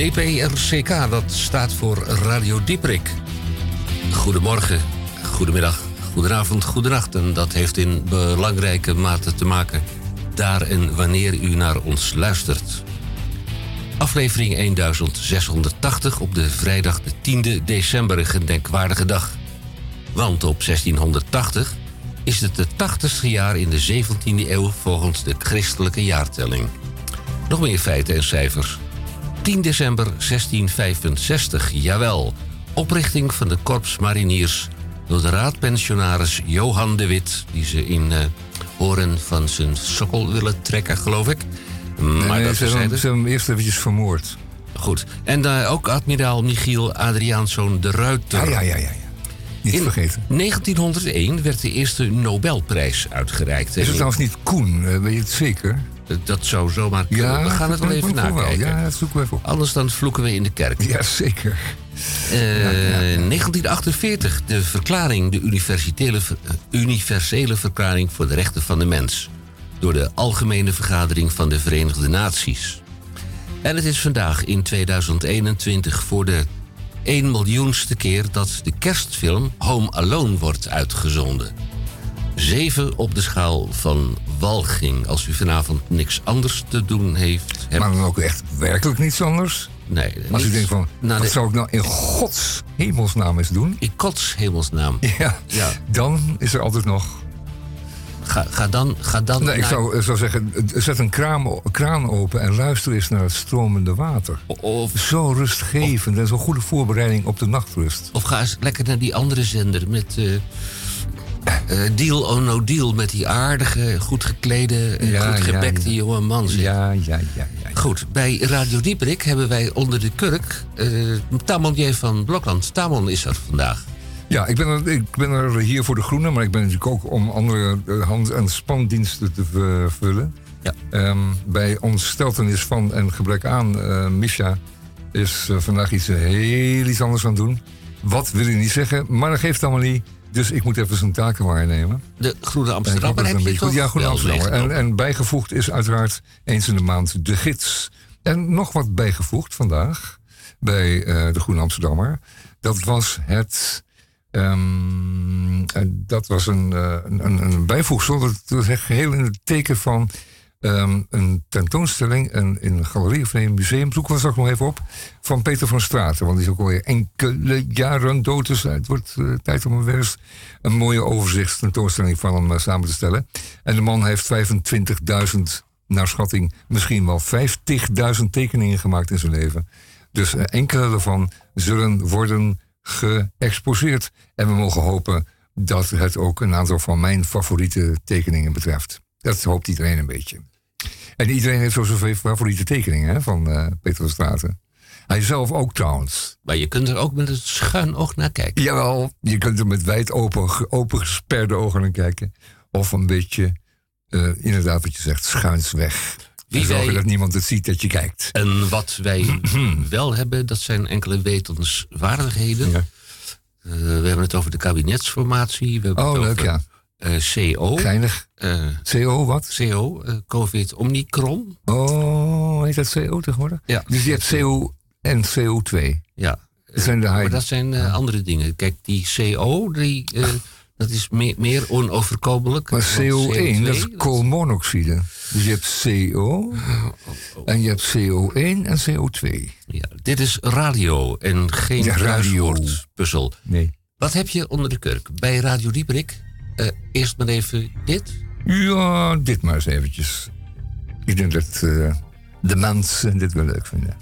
DPRCK, dat staat voor Radio Dieprik. Goedemorgen, goedemiddag, goedenavond, goedenacht. En dat heeft in belangrijke mate te maken daar en wanneer u naar ons luistert. Aflevering 1680 op de vrijdag de 10e december, een gedenkwaardige dag. Want op 1680 is het 80ste jaar in de 17e eeuw volgens de christelijke jaartelling. Nog meer feiten en cijfers. 10 december 1665, jawel. Oprichting van de Korps Mariniers door de raadpensionaris Johan de Wit, die ze in horen van zijn sokkel willen trekken, geloof ik. Maar dat ze hebben hem eerst eventjes vermoord. Goed. En ook admiraal Michiel Adriaanszoon de Ruiter. Ja. Niet vergeten. In 1901 werd de eerste Nobelprijs uitgereikt. Is het trouwens niet Koen? Weet je het zeker? Dat zou zomaar kunnen. Ja, we gaan het wel even nakijken. Ja, dat zoeken we even op. Anders dan vloeken we in de kerk. Ja, zeker. 1948, de verklaring, de universele verklaring voor de rechten van de mens. Door de Algemene Vergadering van de Verenigde Naties. En het is vandaag in 2021 voor de 1 miljoenste keer dat de kerstfilm Home Alone wordt uitgezonden. 7 op de schaal van walging. Als u vanavond niks anders te doen heeft. Maar dan ook echt werkelijk niets anders? Nee. Als u denkt van, wat zou ik nou in Gods hemelsnaam eens doen? In Gods hemelsnaam. Ja. Dan is er altijd nog... Ga dan nee, ik zou zeggen, zet een kraan open en luister eens naar het stromende water. Zo rustgevend en zo'n goede voorbereiding op de nachtrust. Of ga eens lekker naar die andere zender met Deal or No Deal. Met die aardige, goed geklede, goed gebekte jonge man. Ja. Goed, bij Radio Dieprik hebben wij onder de kurk Tamon J. van Blokland. Tamon is er vandaag. Ja, ik ben er hier voor de Groene, maar ik ben natuurlijk ook om andere hand- en spandiensten te vervullen. Ja. Bij ontsteltenis van en gebrek aan Misha is vandaag iets heel anders aan het doen. Wat wil ik niet zeggen, maar dat geeft allemaal niet. Dus ik moet even zijn taken waarnemen. De Groene Amsterdammer heb je toch? Ja, Groene Amsterdammer. En bijgevoegd is uiteraard eens in de maand de gids. En nog wat bijgevoegd vandaag bij de Groene Amsterdammer. Dat was het... dat was een bijvoegsel. Dat was echt geheel in het teken van een tentoonstelling in een galerie of een museum. Zoeken we straks nog even op. Van Peter van Straten. Want die is ook alweer enkele jaren dood. Dus het wordt tijd om weer eens een mooie overzichtstentoonstelling van hem samen te stellen. En de man heeft 25.000, naar schatting misschien wel 50.000 tekeningen gemaakt in zijn leven. Dus enkele daarvan zullen worden geëxposeerd. En we mogen hopen dat het ook een aantal van mijn favoriete tekeningen betreft. Dat hoopt iedereen een beetje. En iedereen heeft zo zoveel favoriete tekeningen van Peter van Straten. Hij zelf ook trouwens. Maar je kunt er ook met een schuin oog naar kijken. Jawel, je kunt er met wijd open gesperde ogen naar kijken. Of een beetje, inderdaad wat je zegt, schuins weg. En zorgen dat niemand het ziet dat je kijkt. En wat wij wel hebben, dat zijn enkele wetenswaardigheden. Ja. We hebben het over de kabinetsformatie. We hebben het leuk, over, CO. Geinig. CO wat? CO, COVID Omicron. Oh, heet dat CO tegenwoordig? Ja. Dus je hebt CO en CO2. Ja. Dat zijn maar dat zijn andere dingen. Kijk, die CO, dat is meer onoverkomelijk. Maar CO1, dat is koolmonoxide. Dus je hebt CO en je hebt CO1 en CO2. Ja, dit is radio en geen kruiswoordpuzzel. Nee. Wat heb je onder de kurk? Bij Radio Dieprik, eerst maar even dit. Ja, dit maar eens eventjes. Ik denk dat de mensen dit wel leuk vinden.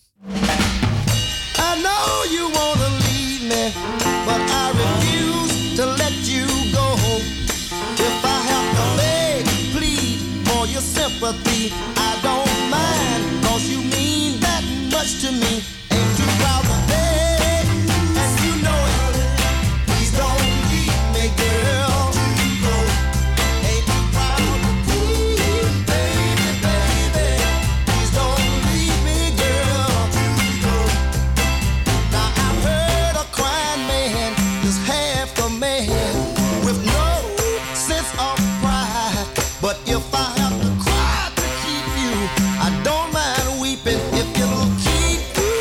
I know you wanna leave me, but I refuse to let you go. If I have to beg, plead for your sympathy, I don't mind, 'cause you mean that much to me. Ain't too proud to beg, and you know it. Please don't leave me, girl. Ain't too proud to plead, baby, baby. Please don't leave me, girl. Now I've heard a crying man is half a man with no sense of pride. But if I have to cry to keep you, I don't mind weeping if it'll keep you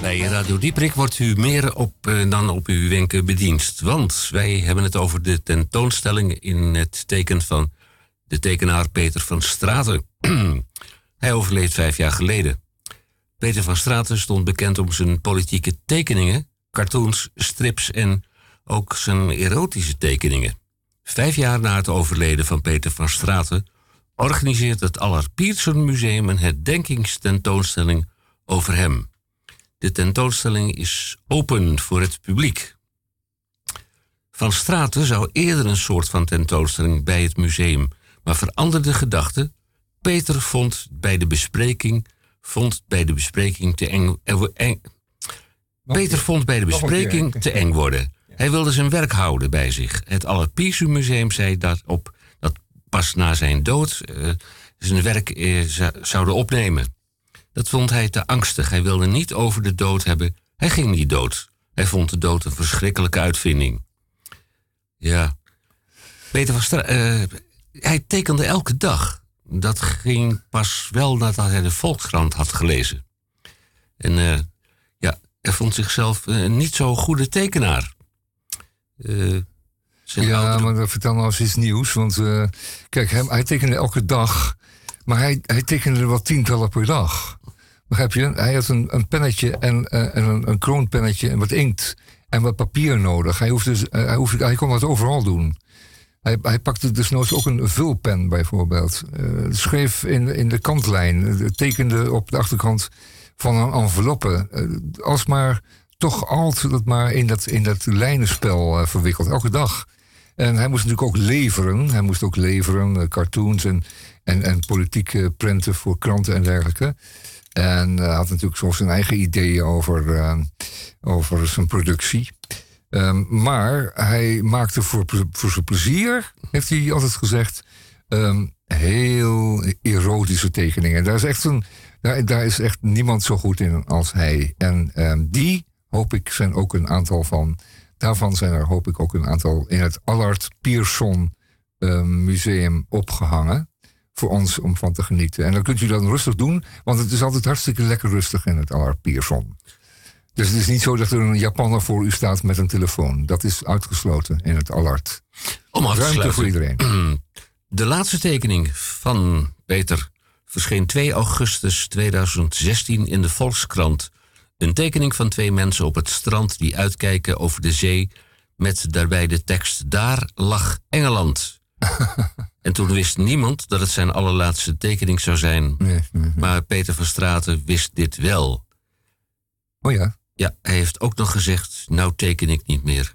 Bij Radio Dieprik wordt u meer dan op uw wenken bediend. Want wij hebben het over de tentoonstelling in het teken van de tekenaar Peter van Straten. Hij overleed 5 jaar geleden. Peter van Straten stond bekend om zijn politieke tekeningen, cartoons, strips en ook zijn erotische tekeningen. 5 jaar na het overlijden van Peter van Straten organiseert het Allard Pierson Museum een herdenkingstentoonstelling over hem. De tentoonstelling is open voor het publiek. Van Straten zou eerder een soort van tentoonstelling bij het museum, maar veranderde gedachte. Peter vond bij de bespreking te eng worden. Hij wilde zijn werk houden bij zich. Het Allard Pierson Museum zei dat pas na zijn dood zijn werk zouden opnemen. Dat vond hij te angstig. Hij wilde niet over de dood hebben. Hij ging niet dood. Hij vond de dood een verschrikkelijke uitvinding. Ja. Peter van Straten, hij tekende elke dag. Dat ging pas wel nadat hij de Volkskrant had gelezen. En hij vond zichzelf niet zo'n goede tekenaar. Maar vertel nou eens iets nieuws. Want kijk, hij tekende elke dag. Maar hij tekende er wel 10-tallen per dag. Begrijp je? Hij had een pennetje en een kroonpennetje en wat inkt. En wat papier nodig. Hij kon dat overal doen. Hij pakte desnoods ook een vulpen bijvoorbeeld. Schreef in de kantlijn. Tekende op de achterkant van een enveloppe. Alsmaar toch altijd maar in dat lijnenspel verwikkeld. Elke dag. En hij moest natuurlijk ook leveren. Hij moest ook leveren cartoons en politieke prenten voor kranten en dergelijke. En had natuurlijk soms zijn eigen ideeën over zijn productie. Maar hij maakte voor zijn plezier, heeft hij altijd gezegd, heel erotische tekeningen. Daar is echt niemand zo goed in als hij. En die, hoop ik, zijn ook een aantal van. Daarvan zijn er, hoop ik, ook een aantal in het Allard Pierson Museum opgehangen. Voor ons om van te genieten. En dan kunt u dat rustig doen, want het is altijd hartstikke lekker rustig in het Allard Pierson. Dus het is niet zo dat er een Japanner voor u staat met een telefoon. Dat is uitgesloten in het Allard. Om af te ruimte sluiten. voor iedereen. De laatste tekening van Peter verscheen 2 augustus 2016 in de Volkskrant. Een tekening van 2 mensen op het strand die uitkijken over de zee met daarbij de tekst: daar lag Engeland. En toen wist niemand dat het zijn allerlaatste tekening zou zijn. Nee. Maar Peter van Straten wist dit wel. Oh ja? Ja, hij heeft ook nog gezegd: nou teken ik niet meer.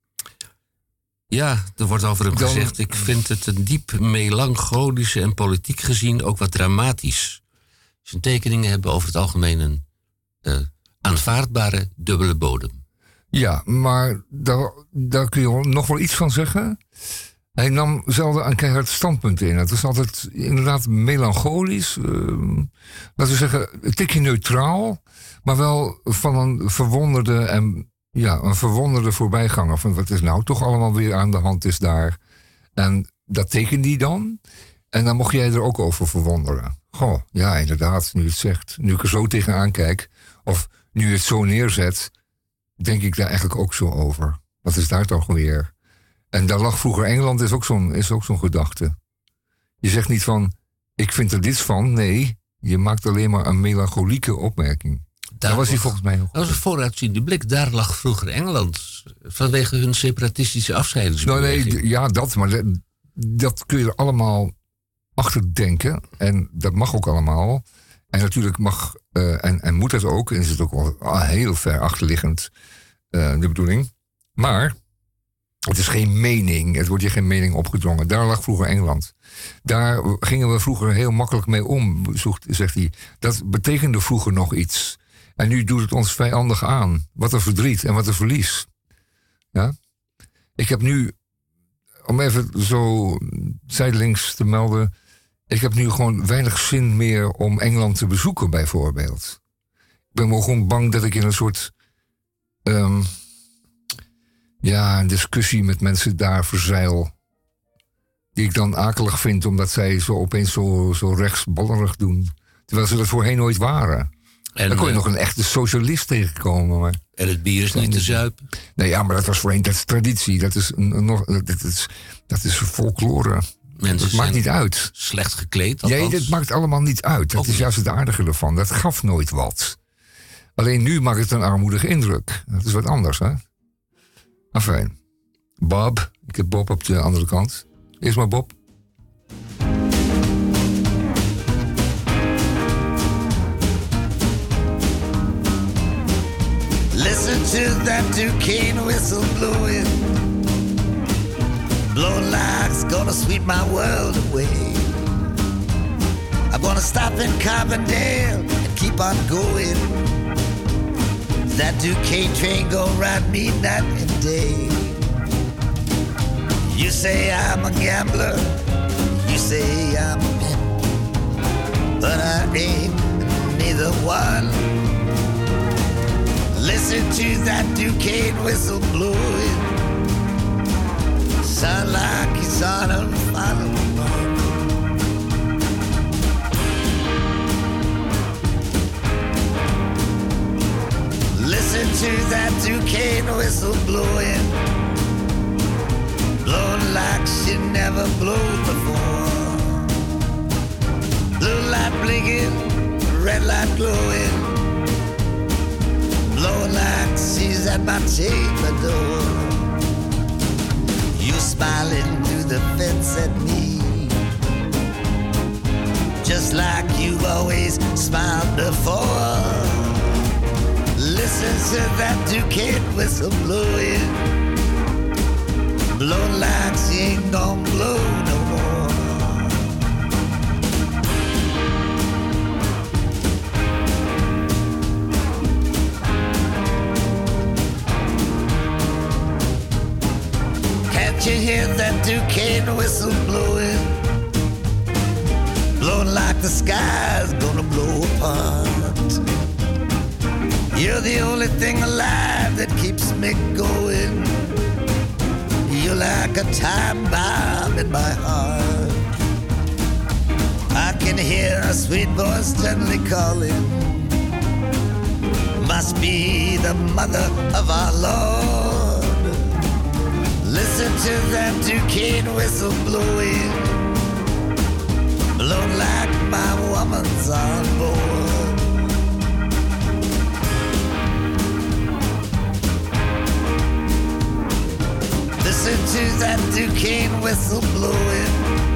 Ja, er wordt over hem gezegd: ik vind het een diep melancholische en politiek gezien ook wat dramatisch. Zijn tekeningen hebben over het algemeen een aanvaardbare dubbele bodem. Ja, maar daar kun je nog wel iets van zeggen. Hij nam zelden een keihard standpunt in. Het was altijd inderdaad melancholisch. Laten we zeggen, een tikje neutraal. Maar wel van een verwonderde voorbijganger. Van wat is nou toch allemaal weer aan de hand is daar. En dat tekende hij dan. En dan mocht jij er ook over verwonderen. Goh, ja inderdaad, nu het zegt. Nu ik er zo tegenaan kijk. Of nu je het zo neerzet. Denk ik daar eigenlijk ook zo over. Wat is daar toch weer? En daar lag vroeger Engeland, is ook zo'n gedachte. Je zegt niet van, ik vind er dit van. Nee, je maakt alleen maar een melancholieke opmerking. Daar was hij volgens mij nog. Dat was een vooruitziende blik. Daar lag vroeger Engeland. Vanwege hun separatistische afscheidingsbeweging. Nou, nee, ja, maar dat kun je er allemaal achter denken. En dat mag ook allemaal. En natuurlijk mag en moet dat ook. En is het ook wel heel ver achterliggend de bedoeling. Maar het is geen mening. Het wordt je geen mening opgedrongen. Daar lag vroeger Engeland. Daar gingen we vroeger heel makkelijk mee om, zegt hij. Dat betekende vroeger nog iets. En nu doet het ons vijandig aan. Wat een verdriet en wat een verlies. Ja? Ik heb nu, om even zo zijdelings te melden, ik heb nu gewoon weinig zin meer om Engeland te bezoeken, bijvoorbeeld. Ik ben wel gewoon bang dat ik in een soort een discussie met mensen daar verzeil. Die ik dan akelig vind, omdat zij zo opeens zo rechtsballerig doen. Terwijl ze dat voorheen nooit waren. En, dan kon je nog een echte socialist tegenkomen. Maar en het bier is niet te zuipen? Nee, ja, maar dat was voorheen, dat is traditie. Dat is folklore. Dat maakt niet uit. Slecht gekleed? Nee, dat maakt allemaal niet uit. Dat is juist het aardige ervan. Dat gaf nooit wat. Alleen nu maakt het een armoedige indruk. Dat is wat anders, hè? Afijn. Bob. Ik heb Bob op de andere kant. Eerst maar Bob. Listen to that Duquesne whistle blowing. Blowing like it's gonna sweep my world away. I'm gonna stop in Carbondale and keep on going. That Duquesne train gonna ride me night and day. You say I'm a gambler, you say I'm a pimp, but I ain't neither one. Listen to that Duquesne whistle blowing. Sound like he's on a final run. Listen to that Duquesne whistle blowing. Blowing like she never blew before. Blue light blinking, red light glowing. Blowing like she's at my chamber door. You smiling through the fence at me, just like you've always smiled before. Listen to that Duquesne whistle blowing. Blowing like she ain't gonna blow no more. Can't you hear that Duquesne whistle blowing? Blowing like the sky's gonna blow apart. You're the only thing alive that keeps me going. You're like a time bomb in my heart. I can hear a sweet voice gently calling. Must be the mother of our Lord. Listen to that Duquesne whistle blowing. Blowing like my woman's on board. Listen to that Duquesne whistle blowing.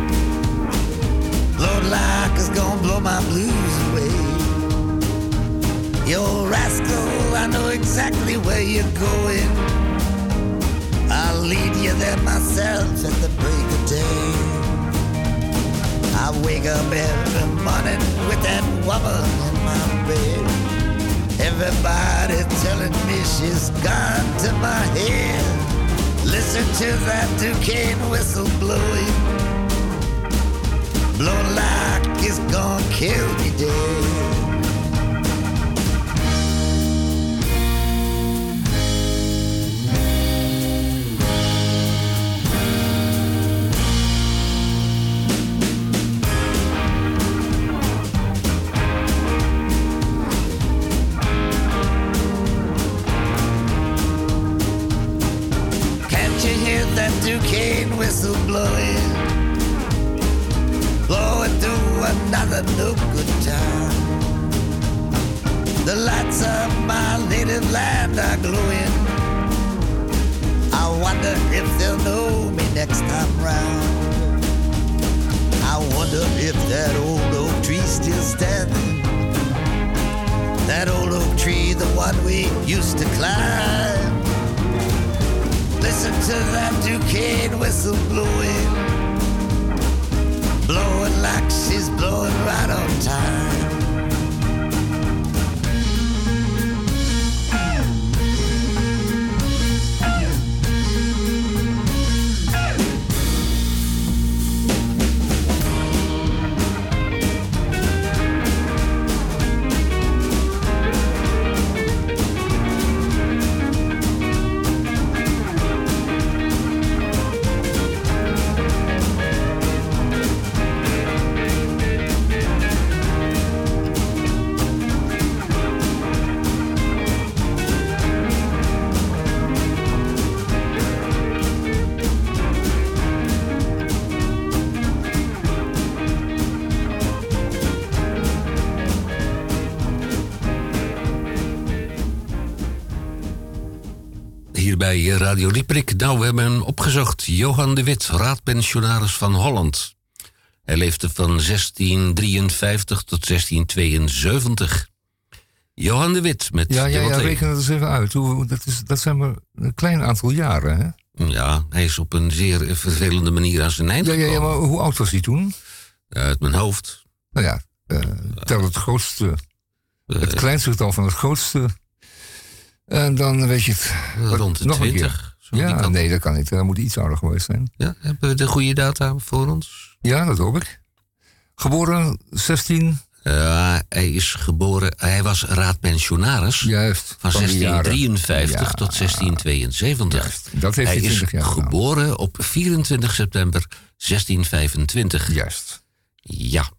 Blowing like it's gonna blow my blues away. You old rascal, I know exactly where you're going. I'll lead you there myself at the break of day. I wake up every morning with that woman in my bed. Everybody telling me she's gone to my head. Listen to that Duquesne whistle blowing. Blowing like it's gonna kill me dead. Duquesne whistle blowing, blowing through another no good time. The lights of my native land are glowing. I wonder if they'll know me next time round. I wonder if that old oak tree's still standing. That old oak tree, the one we used to climb. Listen to that Duquesne whistle blowing. Blowing like she's blowing right on time. hier bij Radio Dieprik. Nou, we hebben hem opgezocht. Johan de Wit, raadpensionaris van Holland. Hij leefde van 1653 tot 1672. Johan de Wit met Ja, reken het eens even uit. Dat zijn maar een klein aantal jaren, hè? Ja, hij is op een zeer vervelende manier aan zijn eind gekomen. Ja, maar hoe oud was hij toen? Uit mijn hoofd. Nou ja, tel het grootste. Het kleinste getal van het grootste. En dan weet je het. Rond de nog 20. Ja, nee, dat kan niet. Dat moet iets ouder geweest zijn. Ja, hebben we de goede data voor ons? Ja, dat hoop ik. Geboren 16... hij is geboren... Hij was raadpensionaris. Juist. Van 1653 tot 1672. Juist. Dat heeft hij 20 jaar is geboren op 24 september 1625. Juist. Ja.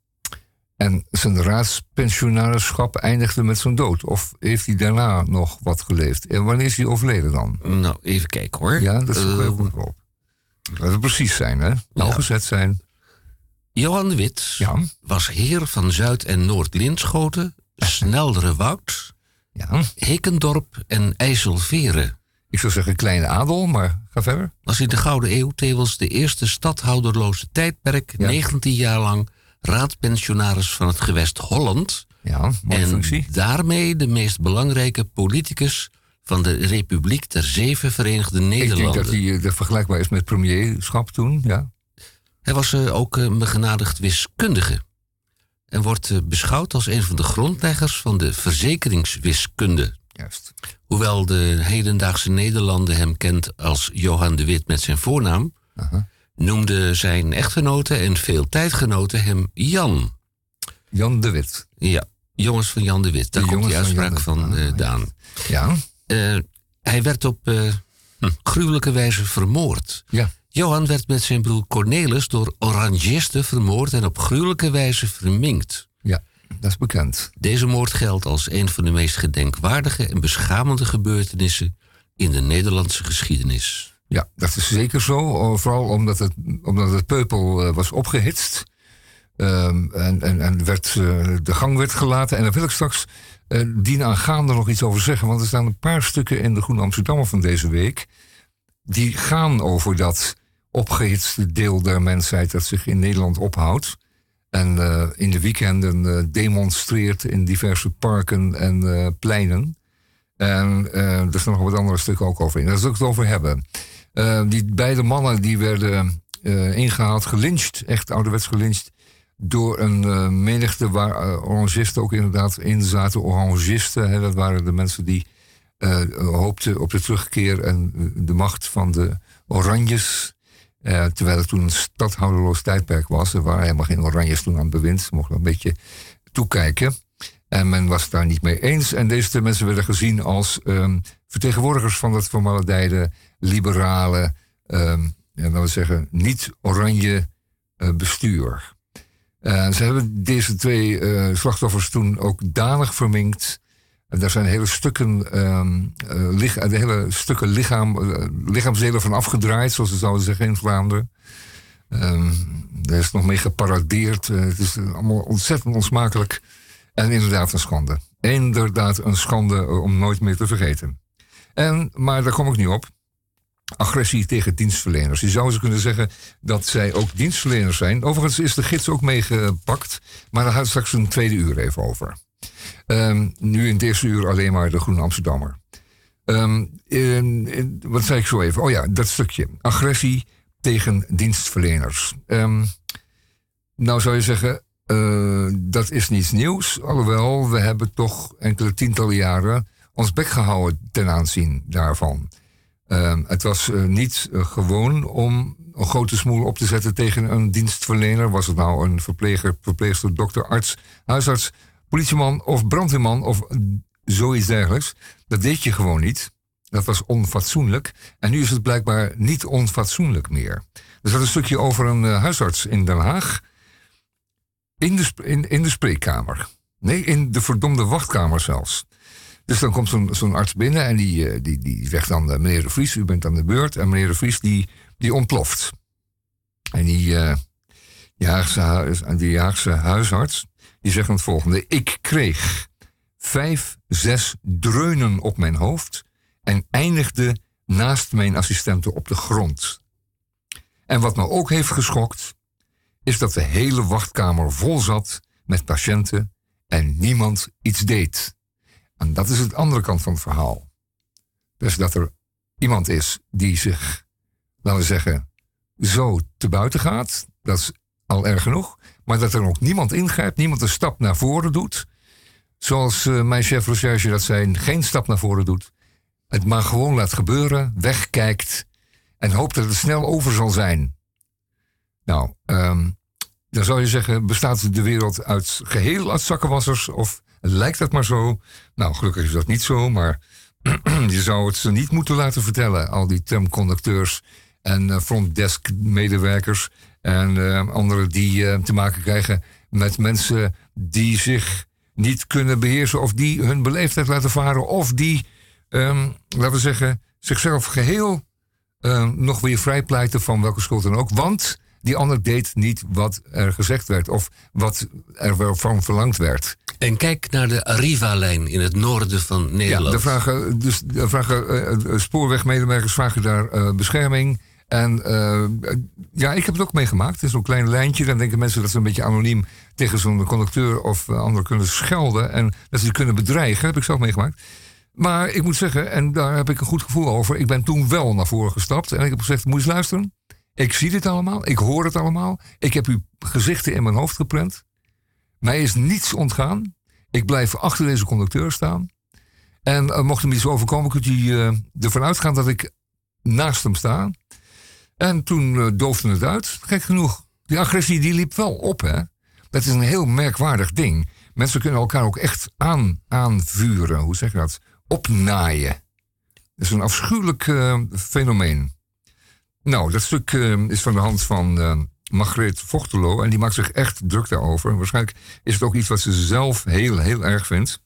En zijn raadspensionarisschap eindigde met zijn dood? Of heeft hij daarna nog wat geleefd? En wanneer is hij overleden dan? Nou, even kijken hoor. Ja, dat is heel goed op. Dat het precies zijn, hè? Nauwgezet zijn. Johan de Wit was heer van Zuid- en Noord-Linschoten, Snelderewoud, Hekendorp en IJsselveren. Ik zou zeggen kleine adel, maar ga verder. Was in de Gouden Eeuw tevens de eerste stadhouderloze tijdperk, 19 jaar lang raadpensionaris van het gewest Holland. Ja, mooie functie. En daarmee de meest belangrijke politicus van de Republiek der Zeven Verenigde Nederlanden. Ik denk dat hij vergelijkbaar is met premierschap toen, ja. Hij was ook een begenadigd wiskundige. En wordt beschouwd als een van de grondleggers van de verzekeringswiskunde. Juist. Hoewel de hedendaagse Nederlander hem kent als Johan de Wit met zijn voornaam, noemde zijn echtgenote en veel tijdgenoten hem Jan. Jan de Wit. Ja, jongens van Jan de Wit. Daar komt die uitspraak van Daan. Ja. Hij werd op gruwelijke wijze vermoord. Ja. Johan werd met zijn broer Cornelis door orangisten vermoord en op gruwelijke wijze verminkt. Ja, dat is bekend. Deze moord geldt als een van de meest gedenkwaardige en beschamende gebeurtenissen in de Nederlandse geschiedenis. Ja, dat is zeker zo. Vooral omdat het peupel was opgehitst. En de gang werd gelaten. En daar wil ik straks dienaangaande nog iets over zeggen. Want er staan een paar stukken in de Groene Amsterdammer van deze week die gaan over dat opgehitste deel der mensheid dat zich in Nederland ophoudt. En in de weekenden demonstreert in diverse parken en pleinen. En er is nog wat andere stukken ook over in. Daar zal ik het over hebben. Die beide mannen die werden ingehaald, gelyncht, echt ouderwets gelyncht, door een menigte waar orangisten ook inderdaad in zaten. Orangisten, hè, dat waren de mensen die hoopten op de terugkeer en de macht van de Oranjes. Terwijl het toen een stadhouderloos tijdperk was. Er waren helemaal geen Oranjes toen aan het bewind. Ze mochten een beetje toekijken. En men was het daar niet mee eens. En deze mensen werden gezien als vertegenwoordigers van dat vermaledijde, liberale, laten we zeggen, niet-oranje bestuur. Ze hebben deze twee slachtoffers toen ook danig verminkt. En daar zijn hele stukken, lichaamsdelen van afgedraaid, zoals ze zouden zeggen in Vlaanderen. Er is nog mee geparadeerd. Het is allemaal ontzettend onsmakelijk. En inderdaad een schande. Inderdaad een schande om nooit meer te vergeten. Maar daar kom ik nu op. Agressie tegen dienstverleners. Je zou ze kunnen zeggen dat zij ook dienstverleners zijn. Overigens is de gids ook meegepakt. Maar daar gaat het straks een tweede uur even over. Nu in het eerste uur alleen maar de Groene Amsterdammer. Wat zei ik zo even? Oh ja, dat stukje. Agressie tegen dienstverleners. Nou zou je zeggen, dat is niets nieuws. Alhoewel, we hebben toch enkele tientallen jaren ons bek gehouden ten aanzien daarvan. Het was niet gewoon om een grote smoel op te zetten tegen een dienstverlener. Was het nou een verpleger, verpleegster, dokter, arts, huisarts, politieman of brandweerman of zoiets dergelijks. Dat deed je gewoon niet. Dat was onfatsoenlijk. En nu is het blijkbaar niet onfatsoenlijk meer. Er zat een stukje over een huisarts in Den Haag. In de spreekkamer. Nee, in de verdomde wachtkamer zelfs. Dus dan komt zo'n arts binnen en die zegt dan, meneer de Vries, u bent aan de beurt. En meneer de Vries die ontploft. En die Haagse huisarts, die zegt dan het volgende. Ik kreeg 5, 6 dreunen op mijn hoofd en eindigde naast mijn assistenten op de grond. En wat me ook heeft geschokt, is dat de hele wachtkamer vol zat met patiënten en niemand iets deed. En dat is de andere kant van het verhaal. Dus dat er iemand is die zich, laten we zeggen, zo te buiten gaat, dat is al erg genoeg. Maar dat er ook niemand ingrijpt, niemand een stap naar voren doet. Zoals mijn chef recherche dat zei, geen stap naar voren doet. Het maar gewoon laat gebeuren, wegkijkt en hoopt dat het snel over zal zijn. Nou, dan zou je zeggen, bestaat de wereld geheel uit zakkenwassers of lijkt dat maar zo? Nou, gelukkig is dat niet zo, maar je zou het ze niet moeten laten vertellen. Al die tramconducteurs en frontdesk medewerkers en anderen die te maken krijgen met mensen die zich niet kunnen beheersen of die hun beleefdheid laten varen of die, laten we zeggen, zichzelf geheel nog weer vrijpleiten van welke schuld dan ook. Want die ander deed niet wat er gezegd werd of wat er van verlangd werd. En kijk naar de Arriva-lijn in het noorden van Nederland. Ja, spoorwegmedewerkers vragen daar bescherming. En ja, ik heb het ook meegemaakt. Het is zo'n klein lijntje. Dan denken mensen dat ze een beetje anoniem tegen zo'n conducteur of ander kunnen schelden. En dat ze die kunnen bedreigen. Dat heb ik zelf meegemaakt. Maar ik moet zeggen, en daar heb ik een goed gevoel over. Ik ben toen wel naar voren gestapt. En ik heb gezegd, moet je eens luisteren. Ik zie dit allemaal. Ik hoor het allemaal. Ik heb uw gezichten in mijn hoofd geprent. Mij is niets ontgaan. Ik blijf achter deze conducteur staan. En mocht hem iets overkomen, kunt u ervan uitgaan dat ik naast hem sta. En toen doofde het uit. Gek genoeg. Die agressie die liep wel op, hè. Dat is een heel merkwaardig ding. Mensen kunnen elkaar ook echt aanvuren. Hoe zeg je dat? Opnaaien. Dat is een afschuwelijk fenomeen. Nou, dat stuk is van de hand van Margreet Vochtelo. En die maakt zich echt druk daarover. Waarschijnlijk is het ook iets wat ze zelf heel, heel erg vindt.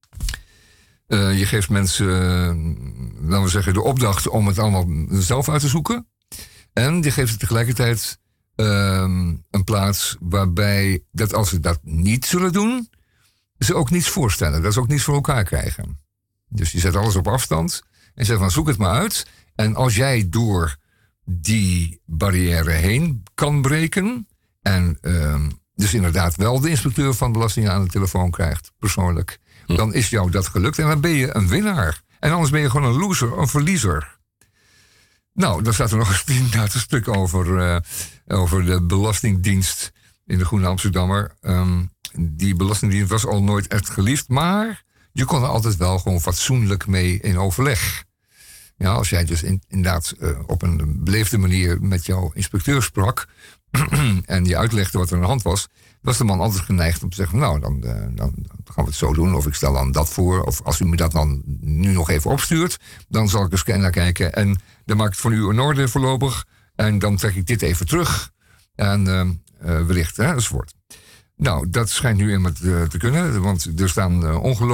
Je geeft mensen, laten we zeggen, de opdracht om het allemaal zelf uit te zoeken. En je geeft ze tegelijkertijd een plaats waarbij dat als ze dat niet zullen doen, ze ook niets voorstellen. Dat ze ook niets voor elkaar krijgen. Dus je zet alles op afstand en zegt van zoek het maar uit. En als jij door die barrière heen kan breken en dus inderdaad wel de inspecteur van belastingen aan de telefoon krijgt, persoonlijk, dan is jou dat gelukt en dan ben je een winnaar. En anders ben je gewoon een loser, een verliezer. Nou, dan staat er nog een stuk over de Belastingdienst in de Groene Amsterdammer. Die Belastingdienst was al nooit echt geliefd, maar je kon er altijd wel gewoon fatsoenlijk mee in overleg. Ja, als jij dus inderdaad op een beleefde manier met jouw inspecteur sprak en je uitlegde wat er aan de hand was de man altijd geneigd om te zeggen, nou, dan gaan we het zo doen. Of ik stel dan dat voor. Of als u me dat dan nu nog even opstuurt, dan zal ik eens naar kijken. En dan maak ik het voor u in orde voorlopig. En dan trek ik dit even terug. En wellicht, enzovoort. Nou, dat schijnt nu iemand te kunnen. Want er staan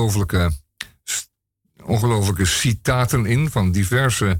ongelooflijke citaten in van diverse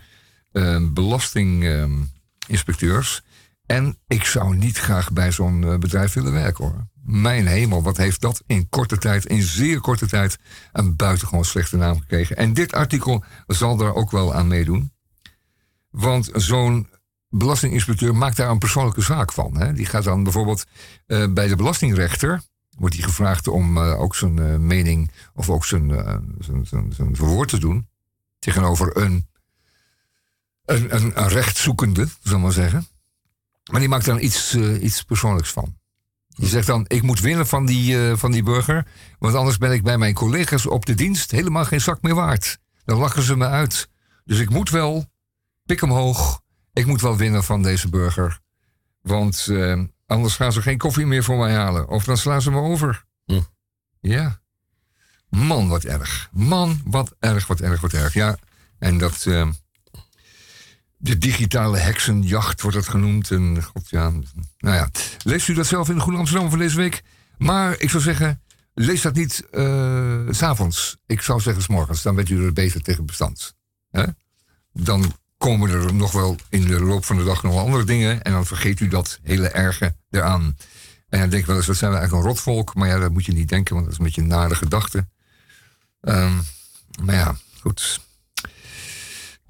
belastinginspecteurs. En ik zou niet graag bij zo'n bedrijf willen werken, hoor. Mijn hemel, wat heeft dat in zeer korte tijd, een buitengewoon slechte naam gekregen. En dit artikel zal daar ook wel aan meedoen. Want zo'n belastinginspecteur maakt daar een persoonlijke zaak van. Hè. Die gaat dan bijvoorbeeld bij de belastingrechter, wordt hij gevraagd om ook zijn mening of ook zijn verwoord te doen tegenover een rechtzoekende, zal ik maar zeggen. Maar die maakt dan iets persoonlijks van. Je zegt dan, ik moet winnen van die burger, want anders ben ik bij mijn collega's op de dienst helemaal geen zak meer waard. Dan lachen ze me uit. Dus ik moet wel, pik omhoog, ik moet wel winnen van deze burger. Want anders gaan ze geen koffie meer voor mij halen. Of dan slaan ze me over. Ja. Man, wat erg. Man, wat erg, wat erg, wat erg. Ja, en dat de digitale heksenjacht wordt het genoemd. En god, ja. Nou ja, leest u dat zelf in de Groene Amsterdam van deze week? Maar ik zou zeggen, lees dat niet 's avonds. Ik zou zeggen 's morgens. Dan bent u er beter tegen bestand. Dan komen er nog wel in de loop van de dag nog andere dingen. En dan vergeet u dat hele erge eraan. En dan denk ik wel eens, dat zijn we eigenlijk een rotvolk. Maar ja, dat moet je niet denken, want dat is een beetje een nare gedachte. Maar ja, goed.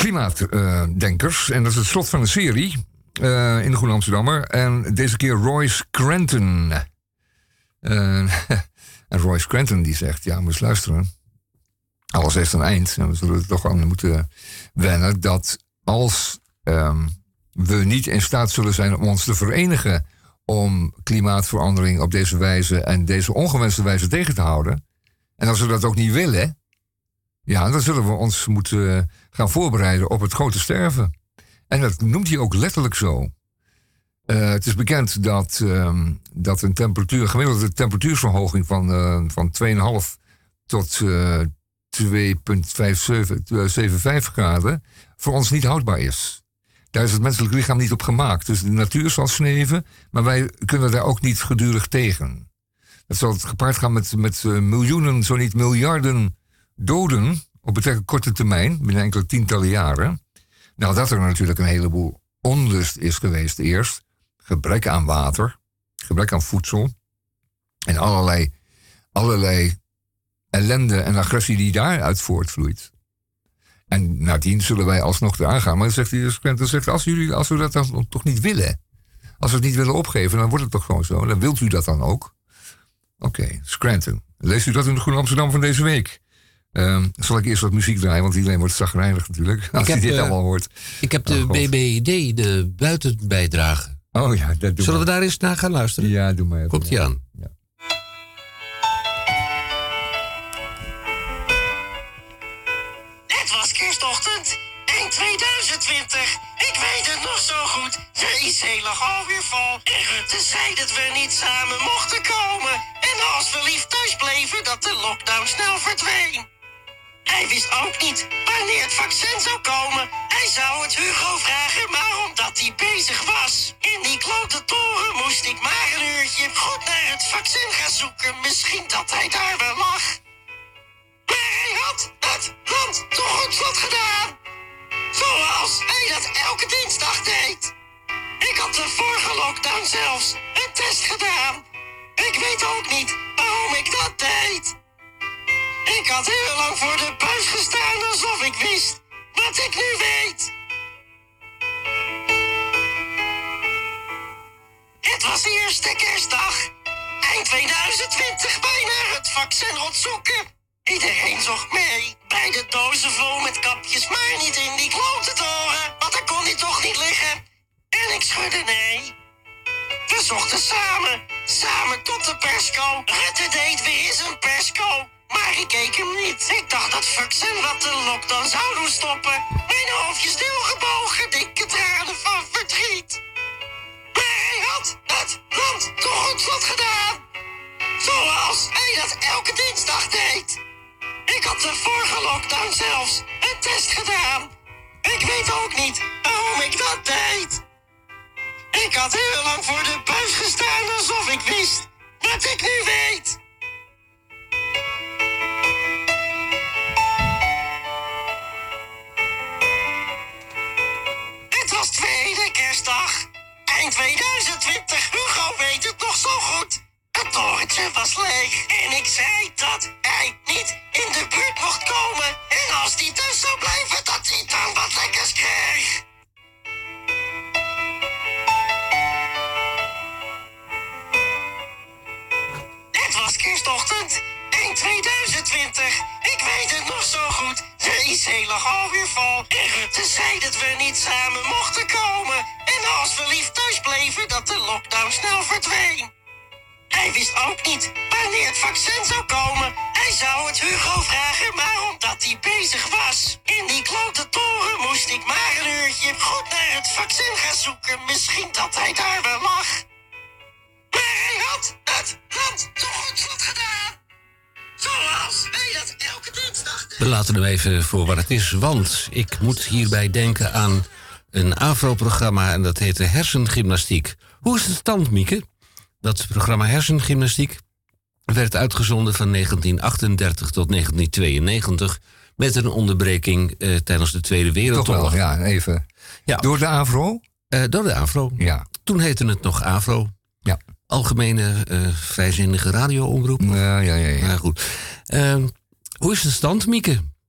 klimaatdenkers. En dat is het slot van een serie in de Groene Amsterdammer. En deze keer Royce Scranton. En Royce Scranton die zegt, ja, moet eens luisteren. Alles heeft een eind. En we zullen er toch aan moeten wennen dat als we niet in staat zullen zijn om ons te verenigen om klimaatverandering op deze wijze en deze ongewenste wijze tegen te houden. En als we dat ook niet willen, ja, dan zullen we ons moeten gaan voorbereiden op het grote sterven. En dat noemt hij ook letterlijk zo. Het is bekend dat een gemiddelde temperatuursverhoging van 2,5 tot 2,75 graden voor ons niet houdbaar is. Daar is het menselijk lichaam niet op gemaakt. Dus de natuur zal sneven, maar wij kunnen daar ook niet gedurig tegen. Dat zal het gepaard gaan met miljoenen, zo niet miljarden doden op betrekkelijk korte termijn, binnen enkele tientallen jaren. Nou, dat er natuurlijk een heleboel onrust is geweest eerst. Gebrek aan water, gebrek aan voedsel en allerlei ellende en agressie die daaruit voortvloeit. En nadien zullen wij alsnog eraan gaan. Maar dan zegt als we dat dan toch niet willen, als we het niet willen opgeven, dan wordt het toch gewoon zo. Dan wilt u dat dan ook? Oké, Scranton. Leest u dat in de Groene Amsterdam van deze week? Zal ik eerst wat muziek draaien, want iedereen wordt zagrijnig natuurlijk, als hij dit allemaal hoort. Ik heb de BBD, de buitenbijdrage. Oh ja, dat doen we. Zullen we daar eens naar gaan luisteren? Ja, doe maar even. Komt-ie aan. Ja. Het was kerstochtend, eind 2020. Ik weet het nog zo goed. De IC lag alweer vol. En Rutte zei dat we niet samen mochten komen. En als we lief thuis bleven, dat de lockdown snel verdween. Hij wist ook niet wanneer het vaccin zou komen. Hij zou het Hugo vragen, maar omdat hij bezig was in die klote toren, moest ik maar een uurtje goed naar het vaccin gaan zoeken. Misschien dat hij daar wel lag. Maar hij had het land toch goed slot gedaan. Zoals hij dat elke dinsdag deed. Ik had de vorige lockdown zelfs een test gedaan. Ik weet ook niet waarom ik dat deed. Ik had heel lang voor de buis gestaan alsof ik wist wat ik nu weet. Het was eerste kerstdag, eind 2020, bijna het vaccin rondzoeken. Iedereen zocht mee, bij de dozen vol met kapjes, maar niet in die klote toren. Want daar kon hij toch niet liggen. En ik schudde nee. We zochten samen tot de persco. Rutte deed weer eens een persco. Maar ik keek hem niet. Ik dacht dat vaccin wat de lockdown zou doen stoppen. Mijn hoofdje stilgebogen, dikke tranen van verdriet. Maar hij had het land toch goed slot gedaan. Zoals hij dat elke dinsdag deed. Ik had de vorige lockdown zelfs een test gedaan. Ik weet ook niet waarom ik dat deed. Ik had heel lang voor de buis gestaan alsof ik wist wat ik nu weet. Het was tweede kerstdag, eind 2020. Hugo weet het nog zo goed. Het torentje was leeg en ik zei dat hij niet in de buurt mocht komen. En als hij thuis zou blijven, dat hij dan wat lekkers kreeg. Het was kerstochtend, eind 2020. Ik weet het nog zo goed. De IC lag alweer vol. En Rutte zei dat we niet samen mochten komen. En als we lief thuis bleven, dat de lockdown snel verdween. Hij wist ook niet wanneer het vaccin zou komen. Hij zou het Hugo vragen, maar omdat hij bezig was in die klote toren, moest ik maar een uurtje goed naar het vaccin gaan zoeken. Misschien dat hij daar wel lag. Maar hij had het land toch goed slot gedaan. Zoals hij dat elke dinsdag deed. We laten hem even voor wat het is, want ik moet hierbij denken aan een AVRO-programma en dat heette Hersengymnastiek. Hoe is de stand, Mieke? Dat programma Hersengymnastiek werd uitgezonden van 1938 tot 1992... met een onderbreking tijdens de Tweede Wereldoorlog. Toch wel, ja, even. Ja. Door de AVRO? Door de AVRO. Ja. Toen heette het nog AVRO. Ja. Algemene vrijzinnige radioomroep. Ja. Nou goed. Hoe is de stand, Mieke?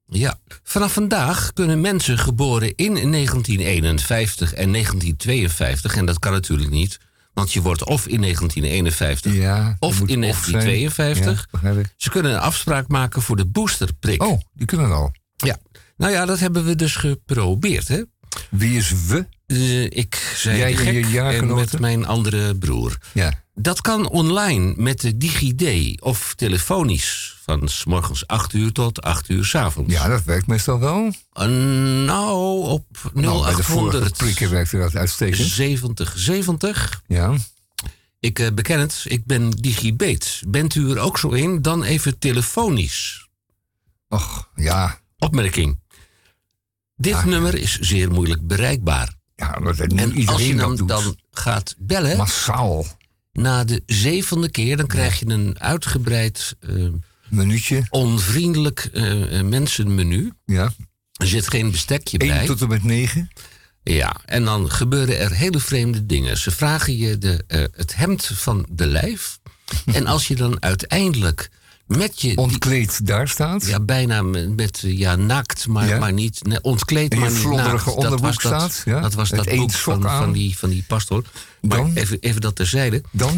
Ja, vanaf vandaag kunnen mensen geboren in 1951 en 1952... en dat kan natuurlijk niet, want je wordt of in 1951 of in 1952... ze kunnen een afspraak maken voor de boosterprik. Oh, die kunnen al. Ja, nou ja, dat hebben we dus geprobeerd, hè. Wie is we? Ik zei jij gek en met mijn andere broer. Ja. Dat kan online met de DigiD of telefonisch. Van 's morgens 8 uur tot 8 uur 's avonds. Ja, dat werkt meestal wel. Nou, op 0800... bij de vorige prikken werkte dat uitstekend. 7070. Ja. Ik beken het, ik ben DigiBeet. Bent u er ook zo in? Dan even telefonisch. Och, ja. Opmerking. Dit nummer is zeer moeilijk bereikbaar. Ja, dat nu en iedereen als je dat doet. dan gaat bellen... Massaal. Na de 7e keer, dan krijg je een uitgebreid... minuutje. Onvriendelijk mensenmenu. Ja. Er zit geen bestekje 1 bij. tot en met 9. Ja, en dan gebeuren er hele vreemde dingen. Ze vragen je het hemd van de lijf. En als je dan uiteindelijk met je... Ontkleed daar staat. Ja, bijna met naakt, maar niet... Nee, ontkleed, en maar niet flodderige naakt. onderbroek staat. Ja? Dat was dat boek van die pastoor. Maar Dan? even dat terzijde.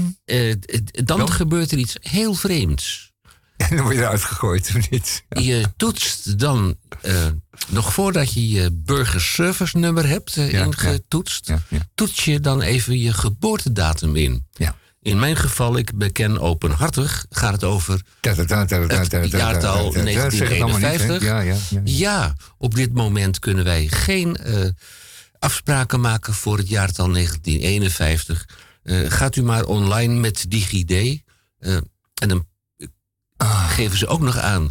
Dan gebeurt er iets heel vreemds. En dan word je eruit gegooid, of niet? Ja. Je toetst dan, nog voordat je je burgerservice nummer hebt ingetoetst... toets je dan even je geboortedatum in. Ja. In mijn geval, ik beken openhartig, gaat het over het jaartal 1951. Ja, op dit moment kunnen wij geen afspraken maken voor het jaartal 1951. Gaat u maar online met DigiD en dan geven ze ook nog aan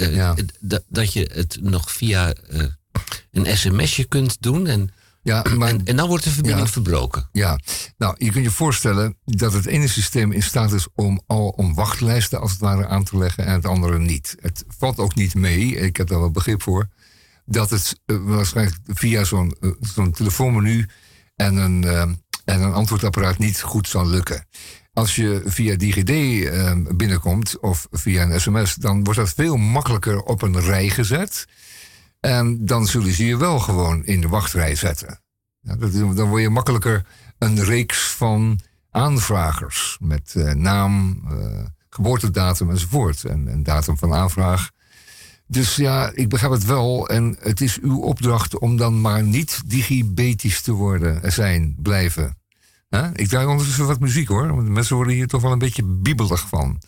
dat je het nog via een sms'je kunt doen. En dan wordt de verbinding verbroken. Ja, nou, je kunt je voorstellen dat het ene systeem in staat is om wachtlijsten als het ware aan te leggen en het andere niet. Het valt ook niet mee, ik heb daar wel begrip voor, dat het waarschijnlijk via zo'n telefoonmenu en een antwoordapparaat niet goed zal lukken. Als je via DigiD binnenkomt of via een sms, dan wordt dat veel makkelijker op een rij gezet. En dan zullen ze je wel gewoon in de wachtrij zetten. Ja, dan word je makkelijker een reeks van aanvragers met naam, geboortedatum enzovoort. En datum van aanvraag. Dus ja, ik begrijp het wel. En het is uw opdracht om dan maar niet digibetisch te blijven. Ik draai ondertussen wat muziek hoor. Want de mensen worden hier toch wel een beetje biebelig van.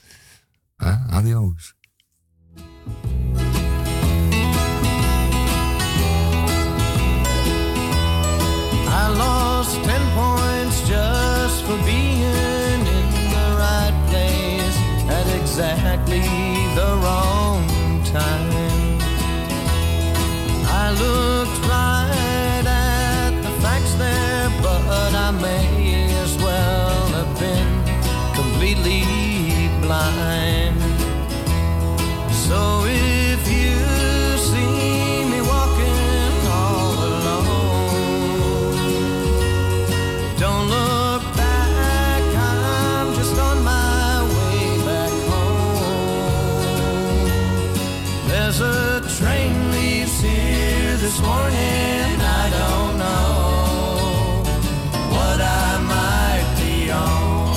Adios. I lost 10 points just for being in the right place at exactly the wrong time. I looked right at the facts there, but I may as well have been completely blind. So if you see me walking all alone, don't look back, I'm just on my way back home. There's a train leaves here this morning, I don't know what I might be on.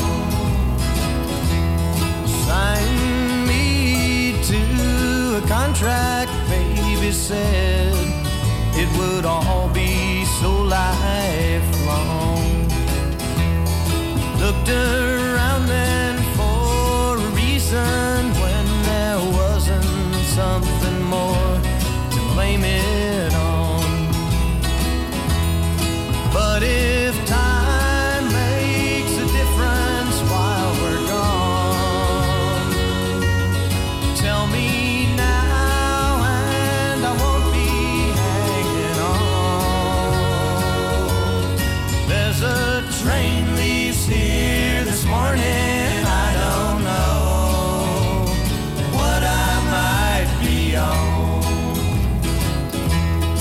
Sign me to a contract, baby said it would all be so lifelong. Looked around then for a reason when there wasn't something more to blame it on. But if time makes a difference while we're gone, tell me now and I won't be hanging on. There's a train leaves here this morning, I don't know what I might be on.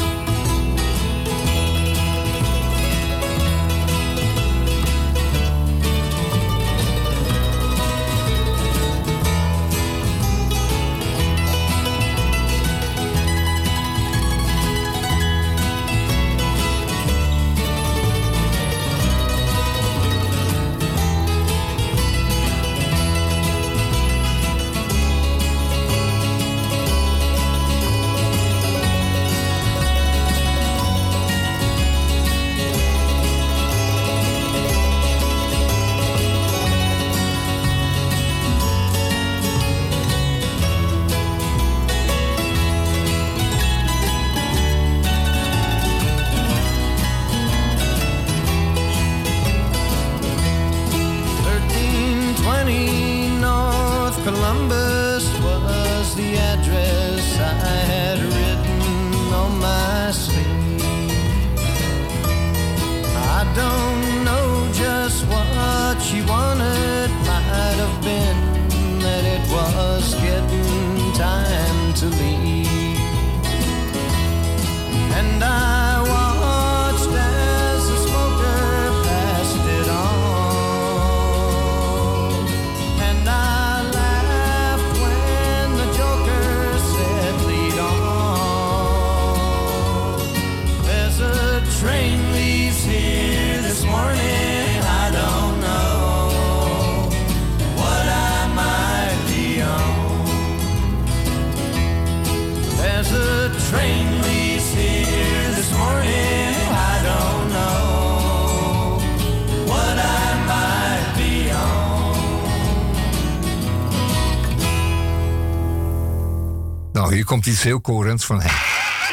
train leaves here this morning, I don't know what I might be on. Nou, hier komt iets heel coherents van hem.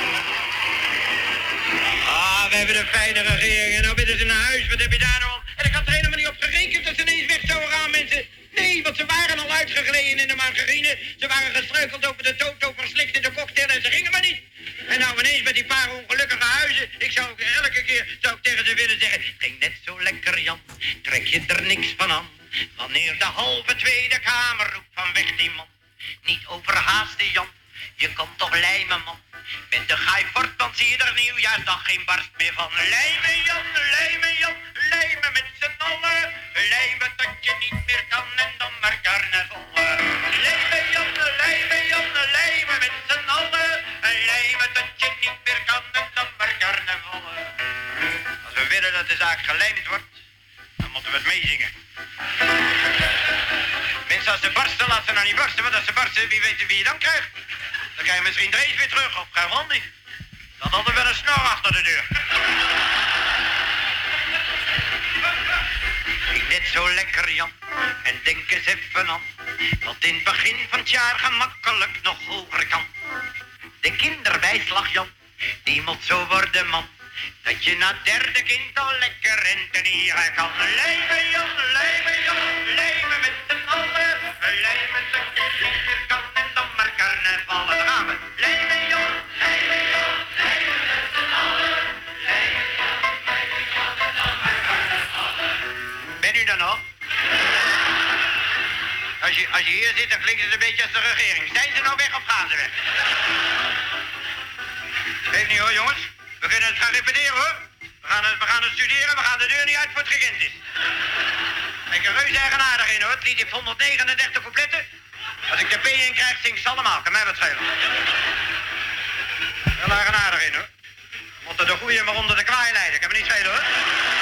We hebben een fijne regering en nou willen ze naar huis. Wat heb je daar nou? En ik had er helemaal niet op gerekend dat ze ineens weg zouden gaan, mensen. Nee, want ze waren al uitgegleden in de margarine. Ze waren gestruikeld over de toto, verslikt in de cocktail en ze gingen maar niet. En nou ineens met die paar ongelukkige huizen. Ik zou elke keer tegen ze willen zeggen. Ging net zo lekker, Jan. Trek je er niks van aan. Wanneer de halve Tweede Kamer roept van weg die man. Niet overhaasten, Jan. Je kan toch lijmen, man. Met de gaai fort, dan zie je er nieuwjaarsdag geen barst meer van. Lijmen, Jan, lijmen, Jan, lijmen met z'n allen. Lijmen dat je niet meer kan en dan maar carnaval. Lijmen, Jan, lijmen met z'n allen. Lijmen dat je niet meer kan en dan maar carnaval. Als we willen dat de zaak gelijmd wordt, dan moeten we het meezingen. Mensen, als ze barsten, laat ze nou niet barsten, want als ze barsten, wie weet wie je dan krijgt. Dan krijg je misschien Drees weer terug, of krijg Randy. Dan hadden we wel een snor achter de deur. Ik net zo lekker, Jan. En denk eens even aan. Dat in het begin van het jaar gemakkelijk nog hoger kan. De kinderbijslag, Jan. Die moet zo worden, man. Dat je na het derde kind al lekker rentenieren kan. Lijmen, Jan, lijmen, Jan. Lijmen met z'n allen. Lijmen dat je niet meer kan en dan maar carnaval. Daar gaan we. Lijmen, Jan, lijmen, Jan. Lijmen met z'n allen. Lijmen, Jan, lijmen, Jan en dan maar carnaval. Ben u dan nog? Als je hier zit, dan klinkt het een beetje als de regering. Zijn ze nou weg of gaan ze weg? Weet niet hoor, jongens. We kunnen het gaan repeteren hoor. We gaan het studeren, we gaan de deur niet uit voor het gegend is. Ik ben reuze eigenaardig in hoor. Het lied heeft 139 coupletten. Als ik de P in krijg, zing ik ze allemaal. Kan mij wat schelen. Heel eigenaardig in hoor. Moeten de goeie maar onder de kwaai leiden. Kan me niet schelen hoor.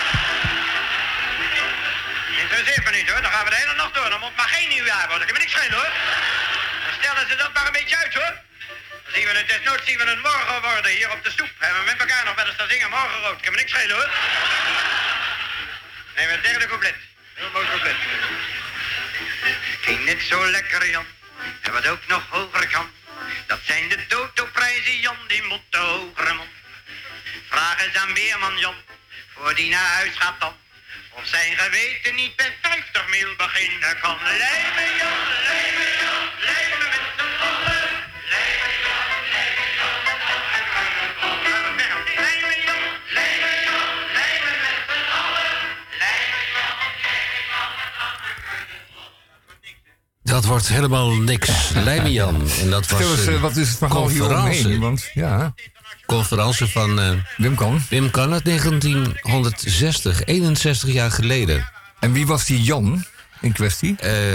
Interesseert me niet hoor. Dan gaan we de hele nacht door. Dan moet maar geen nieuwjaar worden. Kan me niet schelen hoor. Dan stellen ze dat maar een beetje uit hoor. Zien we het desnoods, zien we het morgen worden hier op de stoep. Hebben we met elkaar nog wel eens te zingen, morgenrood. Kan me niks schelen hoor. Neem het derde couplet. Heel mooi couplet. Ging net zo lekker, Jan. En wat ook nog hoger kan. Dat zijn de totoprijzen, Jan. Die moeten hoger, man. Vraag eens aan Weerman, Jan. Voor die naar huis gaat dan. Of zijn geweten niet bij 50 mil beginnen kan. Lijmen, Jan, lijmen, Jan. Lijmen met z'n allen. Dat wordt helemaal niks. Lijmen-Jan. En dat was wat is het verhaal hieromheen? Want, ja. Conferentie van Wim Kan uit 1960, 61 jaar geleden. En wie was die Jan in kwestie?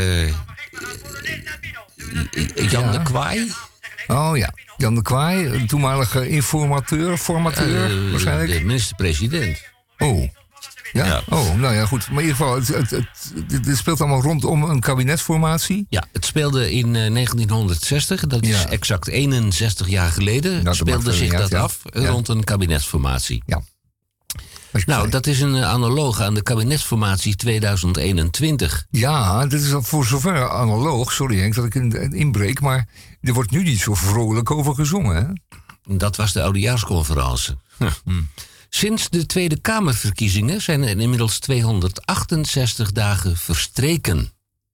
Jan de Kwaai. Oh ja, Jan de Kwaai, toenmalige formateur waarschijnlijk. De minister-president. Oh. Ja? Ja. Oh, nou ja, goed. Maar in ieder geval, het speelt allemaal rondom een kabinetsformatie. Ja, het speelde in 1960. Dat is exact 61 jaar geleden. Nou, speelde zich dat af rond een kabinetsformatie. Ja. Nou, dat is een analoog aan de kabinetsformatie 2021. Ja, dit is voor zover analoog. Sorry Henk dat ik inbreek, maar er wordt nu niet zo vrolijk over gezongen, hè? Dat was de oudejaarsconferentie. Sinds de Tweede Kamerverkiezingen zijn er inmiddels 268 dagen verstreken.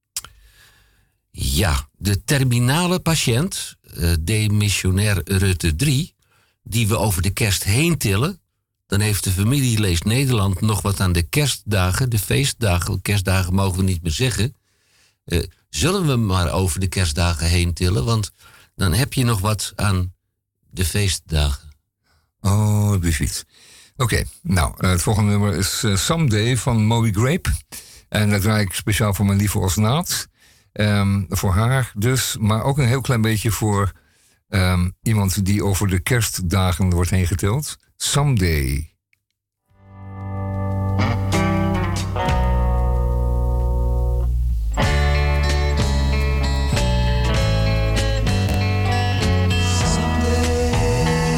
Ja, de terminale patiënt, demissionair Rutte 3, die we over de kerst heen tillen, dan heeft de familie Lees Nederland nog wat aan de kerstdagen, de feestdagen, kerstdagen mogen we niet meer zeggen. Zullen we maar over de kerstdagen heen tillen, want dan heb je nog wat aan de feestdagen. Oh, precies. Oké, nou, het volgende nummer is Someday van Moby Grape. En dat draai ik speciaal voor mijn lieve Osnaat. Voor haar dus, maar ook een heel klein beetje voor iemand die over de kerstdagen wordt heen geteld. Someday. Someday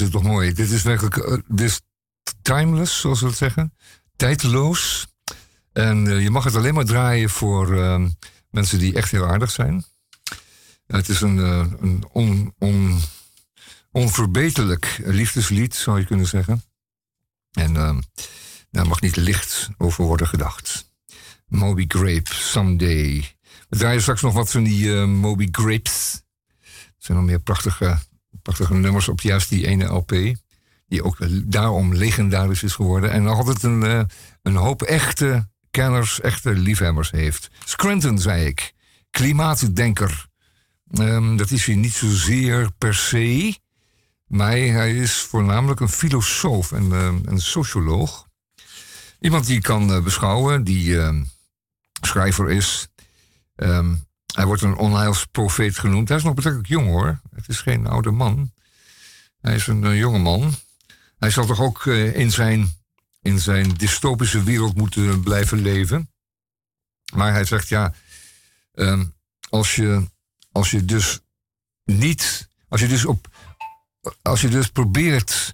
het toch mooi. Dit is werkelijk dit is timeless, zoals we het zeggen. Tijdloos. En je mag het alleen maar draaien voor mensen die echt heel aardig zijn. Het is een onverbeterlijk liefdeslied, zou je kunnen zeggen. En daar mag niet licht over worden gedacht. Moby Grape, Someday. We draaien straks nog wat van die Moby Grapes. Er zijn nog meer prachtige nummers op juist die ene LP. Die ook daarom legendarisch is geworden. En nog altijd een hoop echte kenners, echte liefhebbers heeft. Scranton, zei ik. Klimaatdenker. Dat is hij niet zozeer per se. Maar hij is voornamelijk een filosoof en een socioloog. Iemand die kan beschouwen, die schrijver is. Hij wordt een onheilsprofeet genoemd. Hij is nog betrekkelijk jong, hoor. Het is geen oude man. Hij is een jonge man. Hij zal toch ook in zijn dystopische wereld moeten blijven leven. Maar hij zegt, ja, als je dus probeert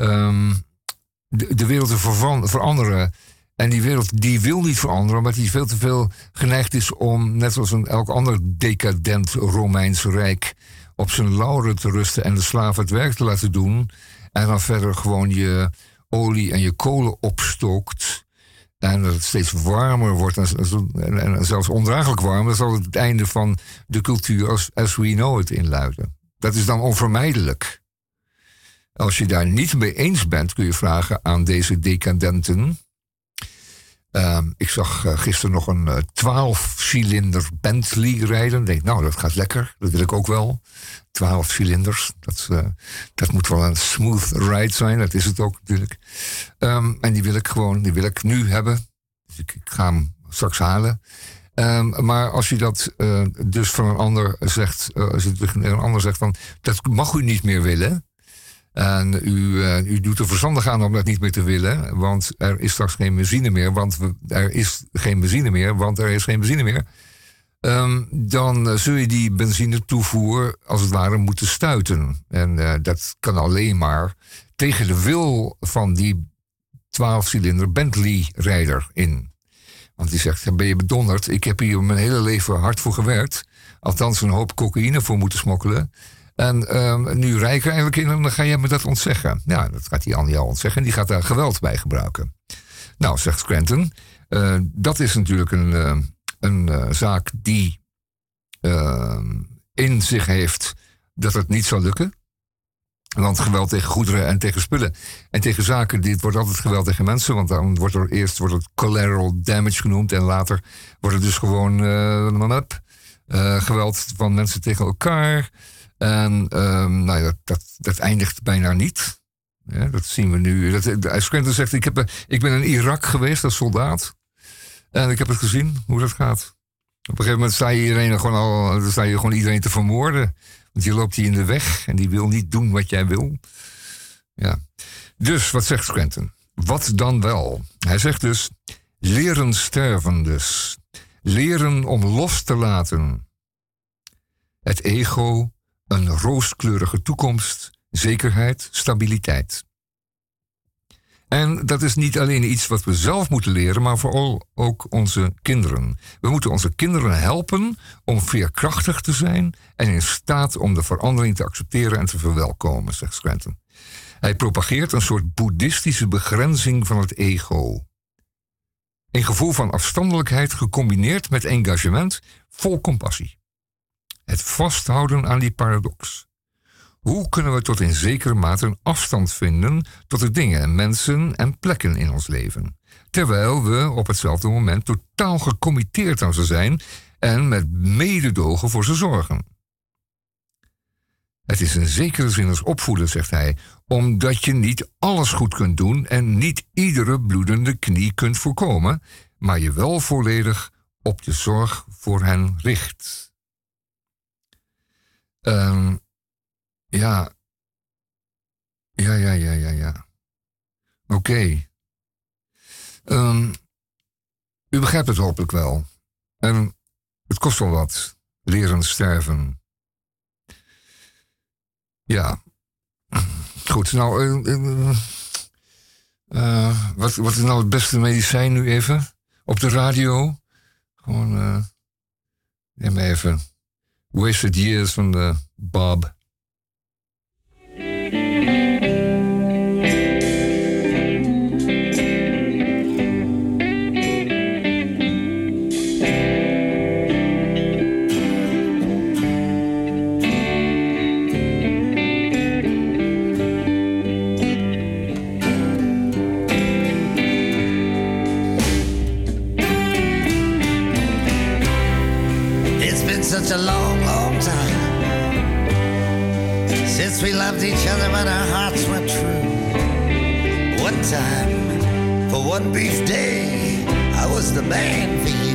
de wereld te veranderen, en die wereld die wil niet veranderen, omdat die veel te veel geneigd is om, net zoals elk ander decadent Romeins Rijk, op zijn lauren te rusten en de slaven het werk te laten doen, en dan verder gewoon je olie en je kolen opstookt, en dat het steeds warmer wordt en zelfs ondraaglijk warm, dan zal het einde van de cultuur as we know it inluiden. Dat is dan onvermijdelijk. Als je daar niet mee eens bent, kun je vragen aan deze decadenten. Ik zag gisteren nog een 12-cilinder Bentley rijden. Ik denk, nou, dat gaat lekker. Dat wil ik ook wel. 12 cilinders. Dat moet wel een smooth ride zijn. Dat is het ook natuurlijk. En die wil ik nu hebben. Dus ik ga hem straks halen. Maar als je dat dus van een ander zegt, als je tegen een ander zegt van, dat mag u niet meer willen. En u doet er verstandig aan om dat niet meer te willen, want er is straks geen benzine meer, want er is geen benzine meer. Dan zul je die benzinetoevoer als het ware moeten stuiten. En dat kan alleen maar tegen de wil van die 12-cilinder Bentley-rijder in. Want die zegt, ben je bedonderd? Ik heb hier mijn hele leven hard voor gewerkt. Althans een hoop cocaïne voor moeten smokkelen. En nu rij ik er eigenlijk in en dan ga jij me dat ontzeggen. Ja, dat gaat hij aan jou ontzeggen en die gaat daar geweld bij gebruiken. Nou, zegt Scranton, dat is natuurlijk een zaak die in zich heeft dat het niet zal lukken. Want geweld tegen goederen en tegen spullen en tegen zaken, dit wordt altijd geweld tegen mensen. Want dan wordt het collateral damage genoemd en later wordt het dus gewoon geweld van mensen tegen elkaar. En dat eindigt bijna niet. Ja, dat zien we nu. Scranton zegt, ik ben in Irak geweest als soldaat. En ik heb het gezien, hoe dat gaat. Op een gegeven moment sta je gewoon iedereen te vermoorden. Want je loopt die in de weg en die wil niet doen wat jij wil. Ja. Dus, wat zegt Scranton? Wat dan wel? Hij zegt dus, leren sterven dus. Leren om los te laten. Het ego, een rooskleurige toekomst, zekerheid, stabiliteit. En dat is niet alleen iets wat we zelf moeten leren, maar vooral ook onze kinderen. We moeten onze kinderen helpen om veerkrachtig te zijn en in staat om de verandering te accepteren en te verwelkomen, zegt Scranton. Hij propageert een soort boeddhistische begrenzing van het ego. Een gevoel van afstandelijkheid gecombineerd met engagement vol compassie. Het vasthouden aan die paradox. Hoe kunnen we tot in zekere mate een afstand vinden tot de dingen, mensen en plekken in ons leven, terwijl we op hetzelfde moment totaal gecommitteerd aan ze zijn en met mededogen voor ze zorgen? Het is in zekere zin als opvoeden, zegt hij, omdat je niet alles goed kunt doen en niet iedere bloedende knie kunt voorkomen, maar je wel volledig op de zorg voor hen richt. Ja. Oké. U begrijpt het hopelijk wel. En het kost wel wat. Leren sterven. Ja. Goed, nou, wat is nou het beste medicijn nu even? Op de radio? Gewoon, neem even Wasted Years van de Bob. Such a long, long time since we loved each other when our hearts were true. One time, for one brief day, I was the man for you.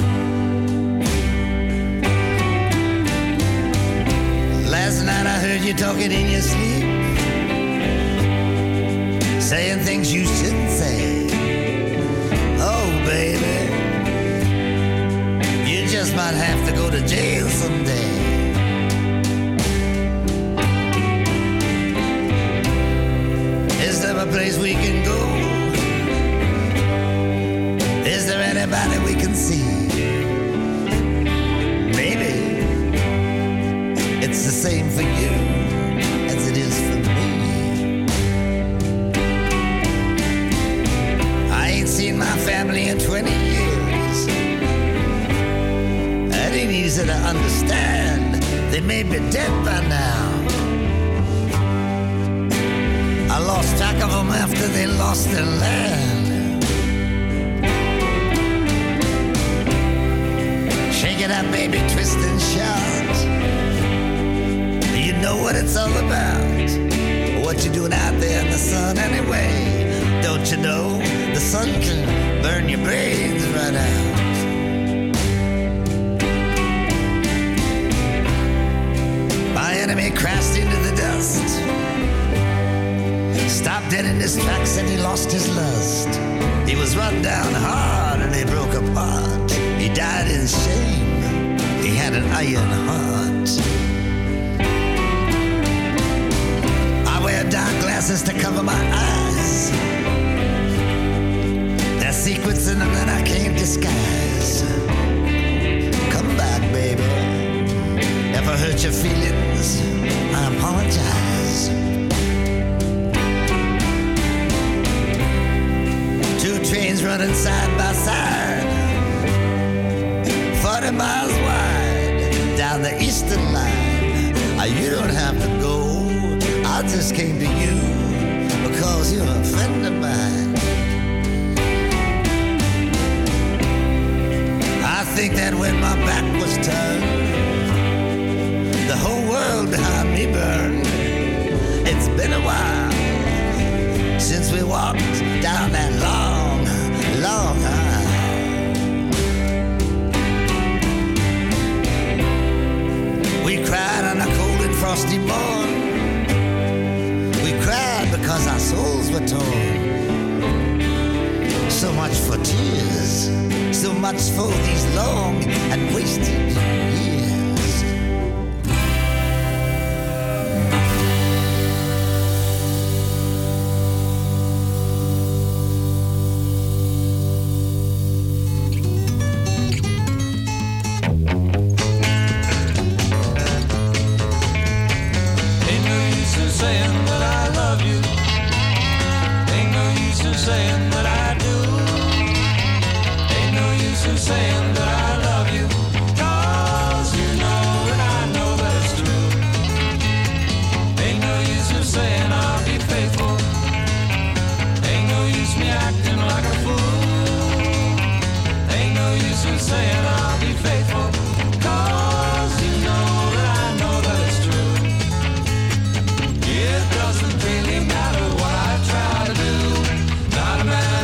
Last night I heard you talking in your sleep, saying things you shouldn't say. Oh, baby, you just might have to go to jail someday. Is there a place we can go? Is there anybody we can see? Maybe it's the same for you as it is for me. I ain't seen my family in 20 years. It ain't easy to understand. They may be dead by now. I lost track of them after they lost their land. Shake it up, baby, twist and shout. You know what it's all about. What you doing out there in the sun anyway? Don't you know the sun can burn your brains right out? My enemy crashed into the dust, stopped dead in his tracks and he lost his lust. He was run down hard and he broke apart. He died in shame, he had an iron heart. I wear dark glasses to cover my eyes. There's secrets in them that I can't disguise. Come back, baby. If I hurt your feelings, I apologize. Two trains running side by side, 40 miles wide, down the eastern line. You don't have to go, I just came to you because you're a friend of mine. I think that when my back was turned, the whole world behind me burned. It's been a while since we walked down that long, long aisle. We cried on a cold and frosty morn. We cried because our souls were torn. So much for tears, so much for these long and wasted years. Not a man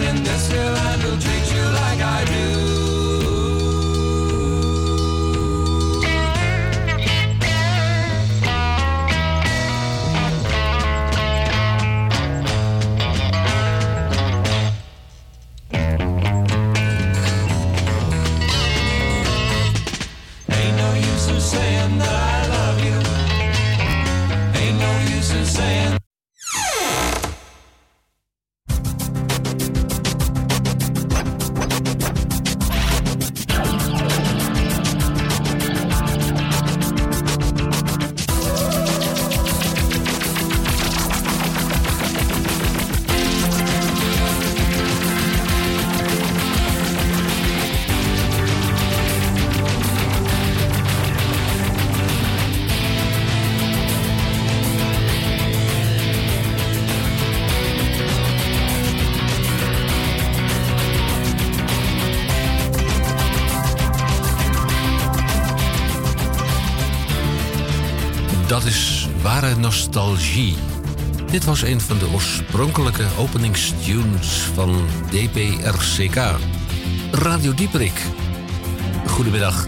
ware nostalgie. Dit was een van de oorspronkelijke openingstunes van DPRCK. Radio Dieperik. Goedemiddag.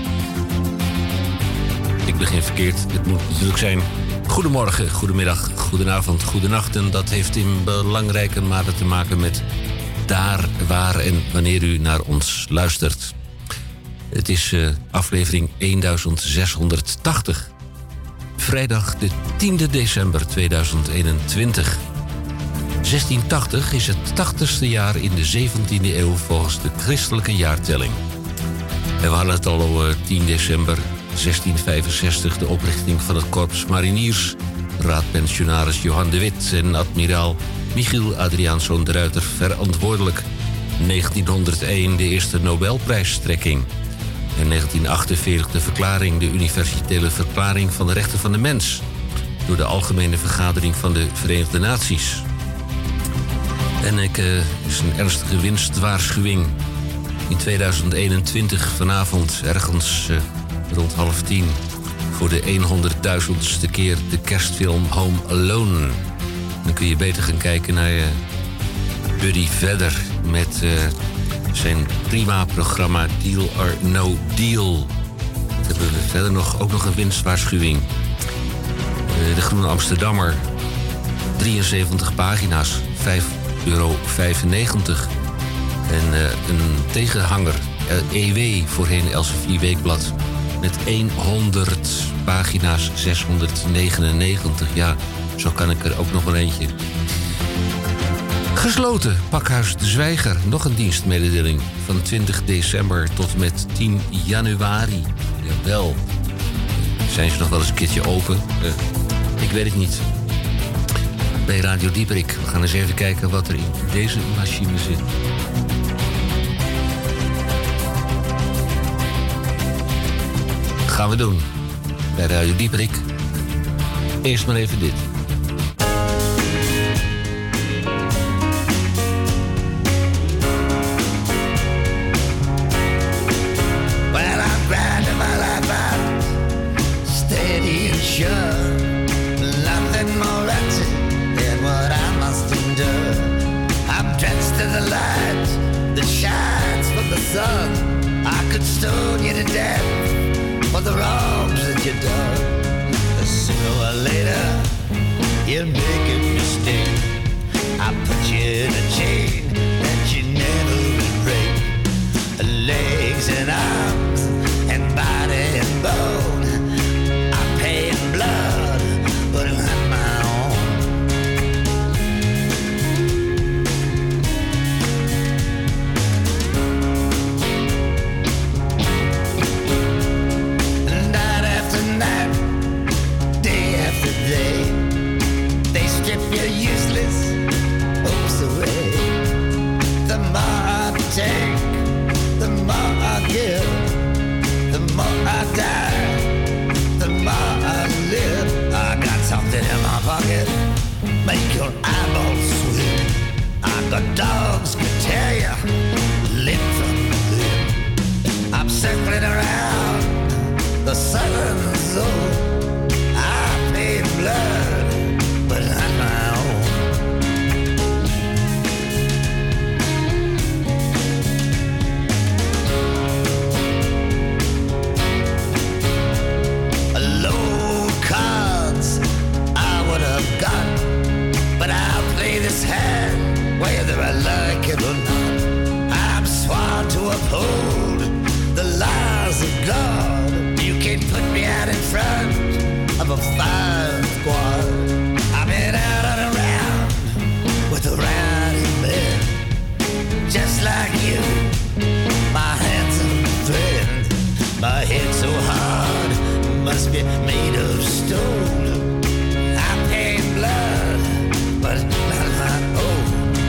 Ik begin verkeerd. Het moet natuurlijk zijn goedemorgen, goedemiddag, goedenavond, goedenacht. En dat heeft in belangrijke mate te maken met daar, waar en wanneer u naar ons luistert. Het is aflevering 1680. Vrijdag de 10e december 2021. 1680 is het 80ste jaar in de 17e eeuw volgens de christelijke jaartelling. En we hadden het al over 10 december 1665, de oprichting van het Korps Mariniers, raadpensionaris Johan de Wit en admiraal Michiel Adriaanszoon de Ruyter verantwoordelijk. 1901 de eerste Nobelprijsstrekking. In 1948 de verklaring, de universele verklaring van de rechten van de mens, door de Algemene Vergadering van de Verenigde Naties. En is een ernstige winstwaarschuwing. In 2021 vanavond, ergens rond 9:30, voor de 100.000ste keer de kerstfilm Home Alone. Dan kun je beter gaan kijken naar Buddy Vedder met zijn prima programma Deal or No Deal. Dan hebben we verder ook nog een winstwaarschuwing. De Groene Amsterdammer, 73 pagina's, €5,95. En een tegenhanger, EW, voorheen Elsevier Weekblad, met 100 pagina's, 699. Ja, zo kan ik er ook nog wel eentje. Gesloten, Pakhuis de Zwijger. Nog een dienstmededeling van 20 december tot en met 10 januari. Jawel. Zijn ze nog wel eens een keertje open? Ik weet het niet. Bij Radio Dieperik. We gaan eens even kijken wat er in deze machine zit. Gaan we doen. Bij Radio Dieperik. Eerst maar even dit. Nothing more wretched than what I must endure. I'm drenched to the light that shines from the sun. I could stone you to death for the wrongs that you've done. Sooner or later, you'll make a mistake. I put you in a chain that you never will break. Legs and arms and body and bone, I pay in blood, but not my own. Night after night, day after day, they strip your useless hopes away. The more I take, the more I give, the more I die, the more I live. I got something in my pocket, make your eyeballs swim. I got dogs can tear you limb from limb. I'm circling around the southern zone. I pay blood, but not my own. But I'll play this hand whether I like it or not. I'm sworn to uphold the laws of God. You can't put me out in front of a fire squad. I've been out and around with the riding men, just like you, my handsome friend. My head so hard must be made of stone. I pay blood, but not my own.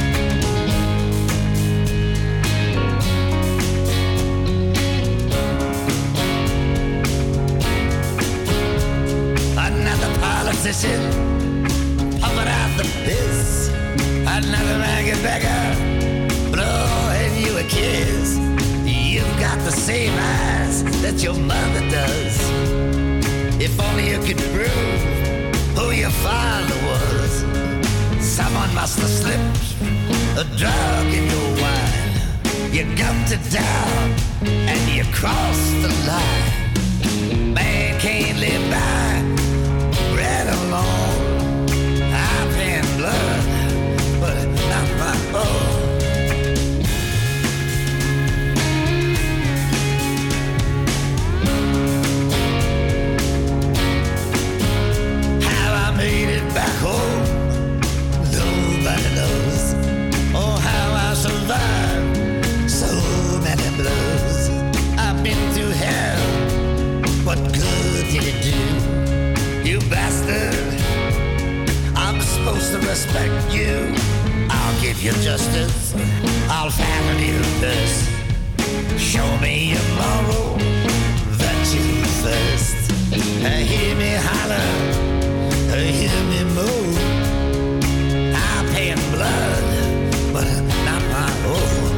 Another politician pumping out the piss. Another ragged beggar blowing you a kiss. You've got the same eyes that your mother does. If only you could prove who your father was. Someone must have slipped a drug in your wine. You gumped it down and you crossed the line. Man can't live by bread alone. I've been blood, but not my own. Made it back home, nobody knows. Oh, how I survived so many blows. I've been through hell, what good did it do? You bastard, I'm supposed to respect you. I'll give you justice, I'll fatten you first. Show me your moral virtue first. Hear me holler, hear me move. I'm paying blood, but not my own.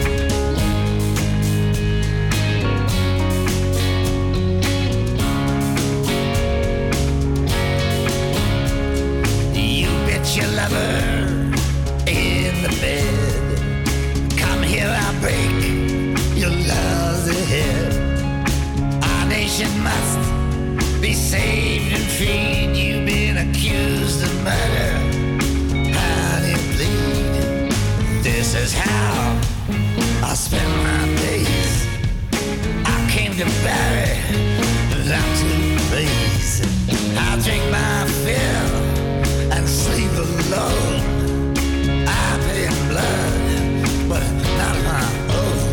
You bet your lover in the bed. Come here, I'll break your love's ahead. Our nation must be saved and freed. You've been accused of murder. How do you plead? This is how I spend my days. I came to bury, not to please. I'll drink my fill and sleep alone. I've been blood, but not my own.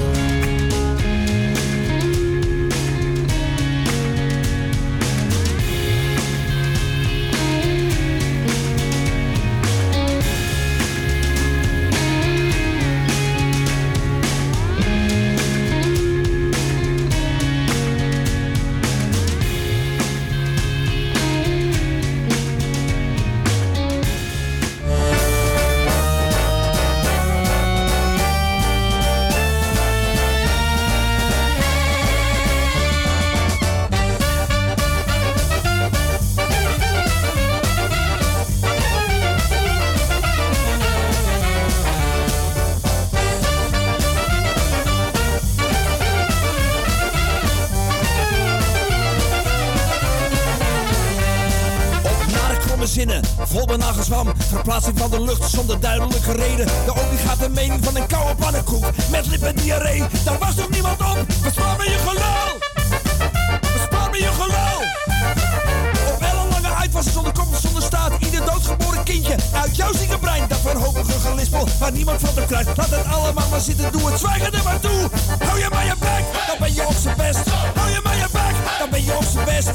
Vol benagenzwam, verplaatsing van de lucht zonder duidelijke reden. De obligate mening van een koude pannenkoek met lippendiarree. Daar was toch niemand op? Bespaar me je gelul! Bespaar me je gelul! Op ellenlange uitwassen zonder kop of zonder staat. Ieder doodgeboren kindje uit jouw zieke brein. Dat wanhopige gelispel waar niemand van te krijgt. Laat het allemaal maar zitten, doe het zwijgen er maar toe. Hou je maar je bek, dan ben je op z'n best. Hou je maar je bek, dan ben je op z'n best.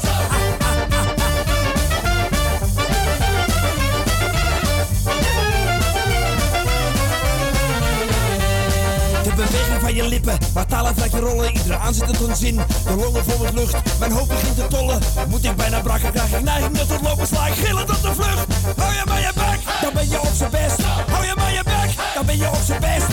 De beweging van je lippen, waar taal uit je rollen. Iedere aanzet tot een zin, de longen vol met lucht. Mijn hoofd begint te tollen. Moet ik bijna braken, krijg ik neigingen tot lopen. Sla ik gillend op de vlucht. Hou je maar je bek, dan ben je op z'n best. Hou je maar je bek, dan ben je op z'n best.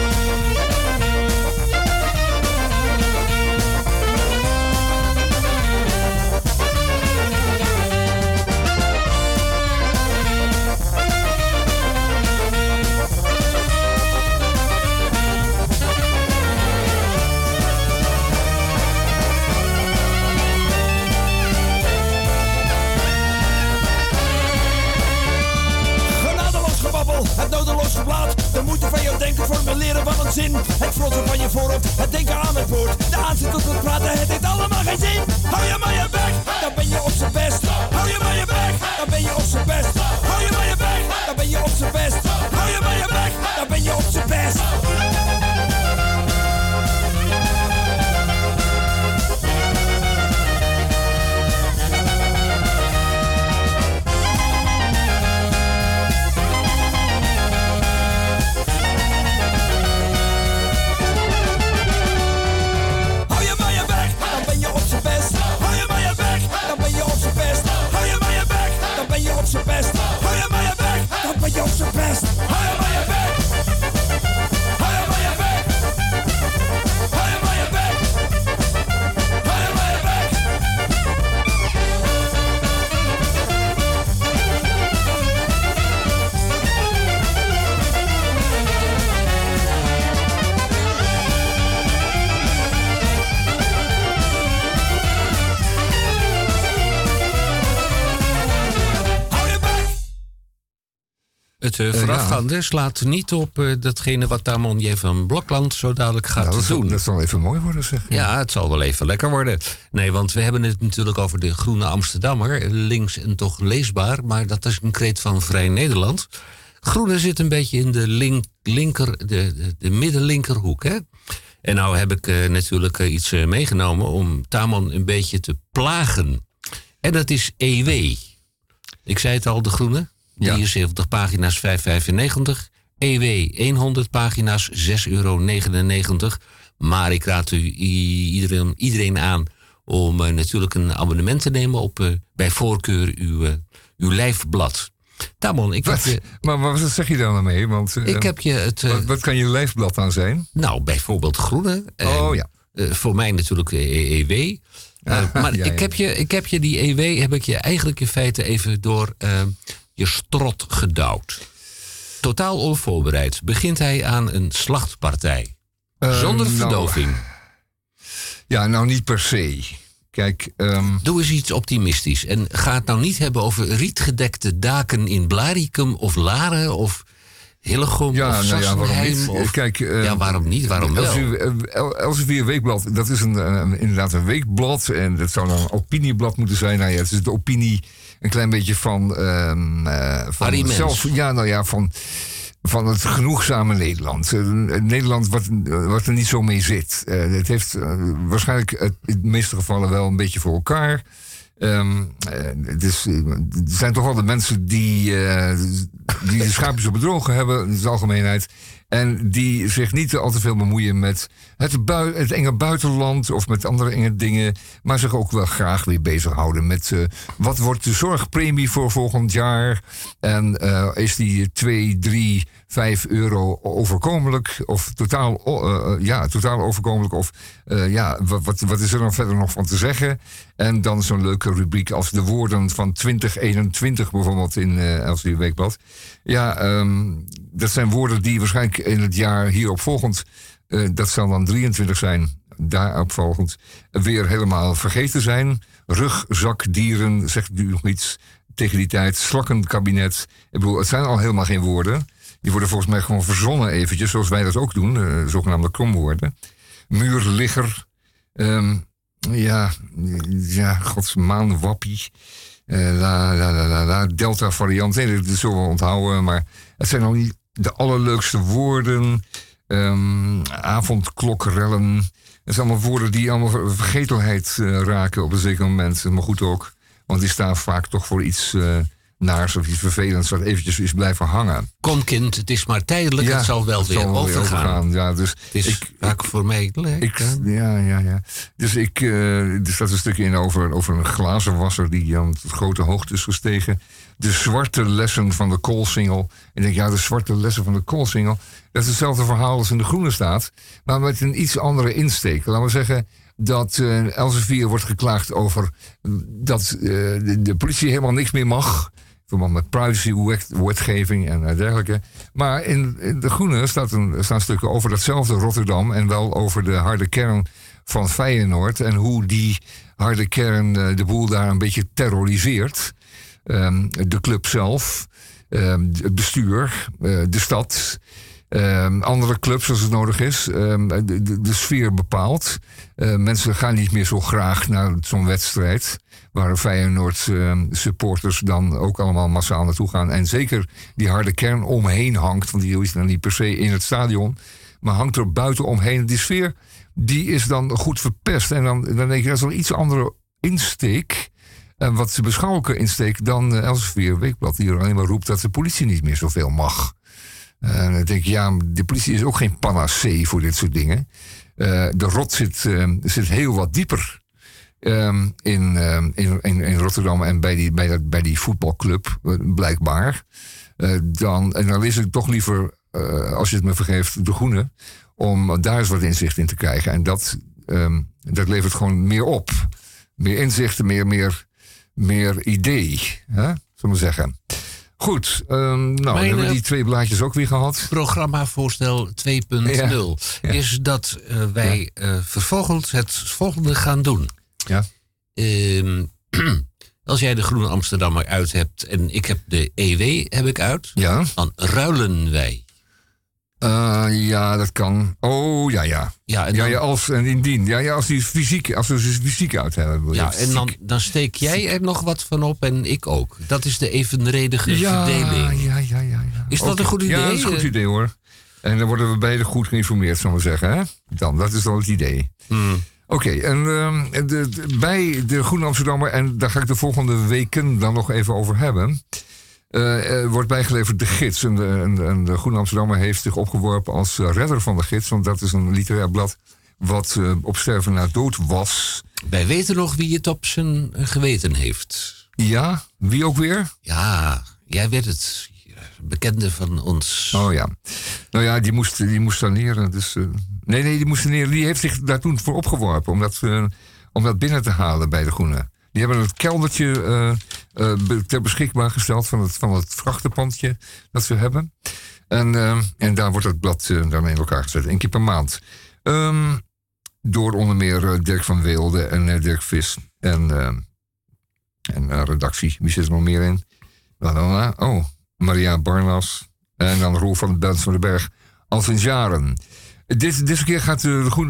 Het nodeloos geblaad, de moeite van jouw denken, formuleren van een zin. Het fronsen van je voorhoofd, het denken aan het woord. De aanzet tot het praten, het heeft allemaal geen zin. Hou je maar je bek, dan ben je op z'n best. Hou je maar je bek, dan ben je op z'n best. Hou je maar je bek, dan ben je op z'n best. Hou je maar je bek, dan ben je op z'n best. voorafgaande, slaat niet op datgene wat Tamon J. van Blokland zo dadelijk gaat doen. Dat zal even mooi worden, zeg. Ja, het zal wel even lekker worden. Nee, want we hebben het natuurlijk over de Groene Amsterdammer. Links en toch leesbaar, maar dat is een kreet van Vrij Nederland. Groene zit een beetje in de de middenlinkerhoek, hè? En nou heb ik natuurlijk iets meegenomen om Tamon een beetje te plagen. En dat is EW. Ik zei het al, de Groene. 73 pagina's, €5,95. EW, 100 pagina's, €6,99. Maar ik raad u iedereen aan om natuurlijk een abonnement te nemen op bij voorkeur uw lijfblad. Tamon, Maar wat zeg je daar nou mee? Want, ik heb je het... wat kan je lijfblad dan zijn? Nou, bijvoorbeeld Groene. Voor mij natuurlijk EW. Maar ik heb je die EW heb ik je eigenlijk in feite even door je strot gedouwd. Totaal onvoorbereid begint hij aan een slachtpartij. Zonder verdoving. Nou niet per se. Kijk, doe eens iets optimistisch. En ga het nou niet hebben over rietgedekte daken in Blaricum of Laren of Hillegom of Sassenheim. Waarom niet? Waarom wel? Elsevier Weekblad, dat is inderdaad een weekblad. En dat zou dan een opinieblad moeten zijn. Nou ja, het is de opinie een klein beetje van zelf. Van het genoegzame Nederland. Nederland wat er niet zo mee zit. Het heeft waarschijnlijk in de meeste gevallen wel een beetje voor elkaar. Er zijn toch wel de mensen die de schaapjes op bedrogen hebben, in de algemeenheid. En die zich niet al te veel bemoeien met het enge buitenland of met andere enge dingen. Maar zich ook wel graag weer bezighouden met wat wordt de zorgpremie voor volgend jaar. En is die 2, 3, 5 euro overkomelijk? Of totaal overkomelijk? Of wat is er dan verder nog van te zeggen? En dan zo'n leuke rubriek als de woorden van 2021 bijvoorbeeld in Elsevier Weekblad. Dat zijn woorden die waarschijnlijk in het jaar hierop volgend, dat zal dan 23 zijn, daarop volgend, weer helemaal vergeten zijn. Rugzakdieren, zegt u nog iets tegen die tijd. Slakkenkabinet. Ik bedoel, het zijn al helemaal geen woorden. Die worden volgens mij gewoon verzonnen eventjes, zoals wij dat ook doen, zogenaamde kromwoorden. Muurligger. Godsmaanwappie. Delta variant. Nee, dat zullen we onthouden, maar het zijn nog niet de allerleukste woorden. Avondklokrellen. Het zijn allemaal woorden die allemaal vergetelheid raken op een zeker moment. Maar goed ook, want die staan vaak toch voor iets naars of iets vervelends wat eventjes is blijven hangen. Kom kind, het is maar tijdelijk, het zal wel weer overgaan. Ja, dus het is vaak voor mij leuk. Dus er staat een stukje in over een glazenwasser die aan grote hoogte is gestegen. De zwarte lessen van de koolsingel. En ik denk, de zwarte lessen van de koolsingel, dat is hetzelfde verhaal als in de Groene staat, maar met een iets andere insteek. Laten we zeggen dat Elsevier wordt geklaagd over dat de politie helemaal niks meer mag. Verband met privacy-wetgeving en dergelijke. Maar in de Groene staan stukken over datzelfde Rotterdam en wel over de harde kern van Feyenoord en hoe die harde kern de boel daar een beetje terroriseert. De club zelf, het bestuur, de stad, andere clubs als het nodig is. De sfeer bepaalt. Mensen gaan niet meer zo graag naar zo'n wedstrijd, waar Feyenoord supporters dan ook allemaal massaal naartoe gaan. En zeker die harde kern omheen hangt, want die is dan niet per se in het stadion, maar hangt er buiten omheen. Die sfeer die is dan goed verpest. En dan denk je, dat is wel iets andere insteek. En wat beschouwelijke insteek dan Elsevier Weekblad, die er alleen maar roept dat de politie niet meer zoveel mag. En dan denk je, de politie is ook geen panacee voor dit soort dingen. De rot zit heel wat dieper in Rotterdam en bij die voetbalclub, blijkbaar. En dan is het toch liever, als je het me vergeeft, de Groene, om daar eens wat inzicht in te krijgen. En dat levert gewoon meer op. Meer inzichten, meer idee, hè? Zullen we zeggen. Goed, dan hebben we die 2 blaadjes ook weer gehad. Programmavoorstel 2.0 is dat wij vervolgens het volgende gaan doen. Ja. Als jij de Groene Amsterdammer uit hebt en ik heb de EW uit, Ja? dan ruilen wij. Ja, dat kan. Oh, ja. Ja, en Ja, als en indien. Ja, als we ze fysiek uit hebben. Wil je Ja, het en dan steek jij er nog wat van op en ik ook. Dat is de evenredige verdeling. Ja. Is dat een goed idee? Ja, dat is een goed idee hoor. En dan worden we beide goed geïnformeerd, zullen we zeggen. Hè? Dat is dan het idee. Oké, en bij de Groene Amsterdammer, en daar ga ik de volgende weken dan nog even over hebben, wordt bijgeleverd de gids. En de Groene Amsterdammer heeft zich opgeworpen als redder van de gids, want dat is een literair blad wat op sterven na dood was. Wij weten nog wie het op zijn geweten heeft. Ja, wie ook weer? Ja, jij weet het. Bekende van ons. Oh ja. Nou ja, die moest saneren. Dus, nee, die moest saneren. Die heeft zich daar toen voor opgeworpen om dat binnen te halen bij de Groene. Die hebben het keldertje ter beschikbaar gesteld van het vrachtenpandje dat ze hebben. En daar wordt het blad dan in elkaar gezet. 1 keer per maand. Door onder meer Dirk van Weelde en Dirk Vis. En redactie. Wie zit er nog meer in? Oh, Maria Barnas. En dan Roel van den Berg. Al sinds jaren. Deze keer gaat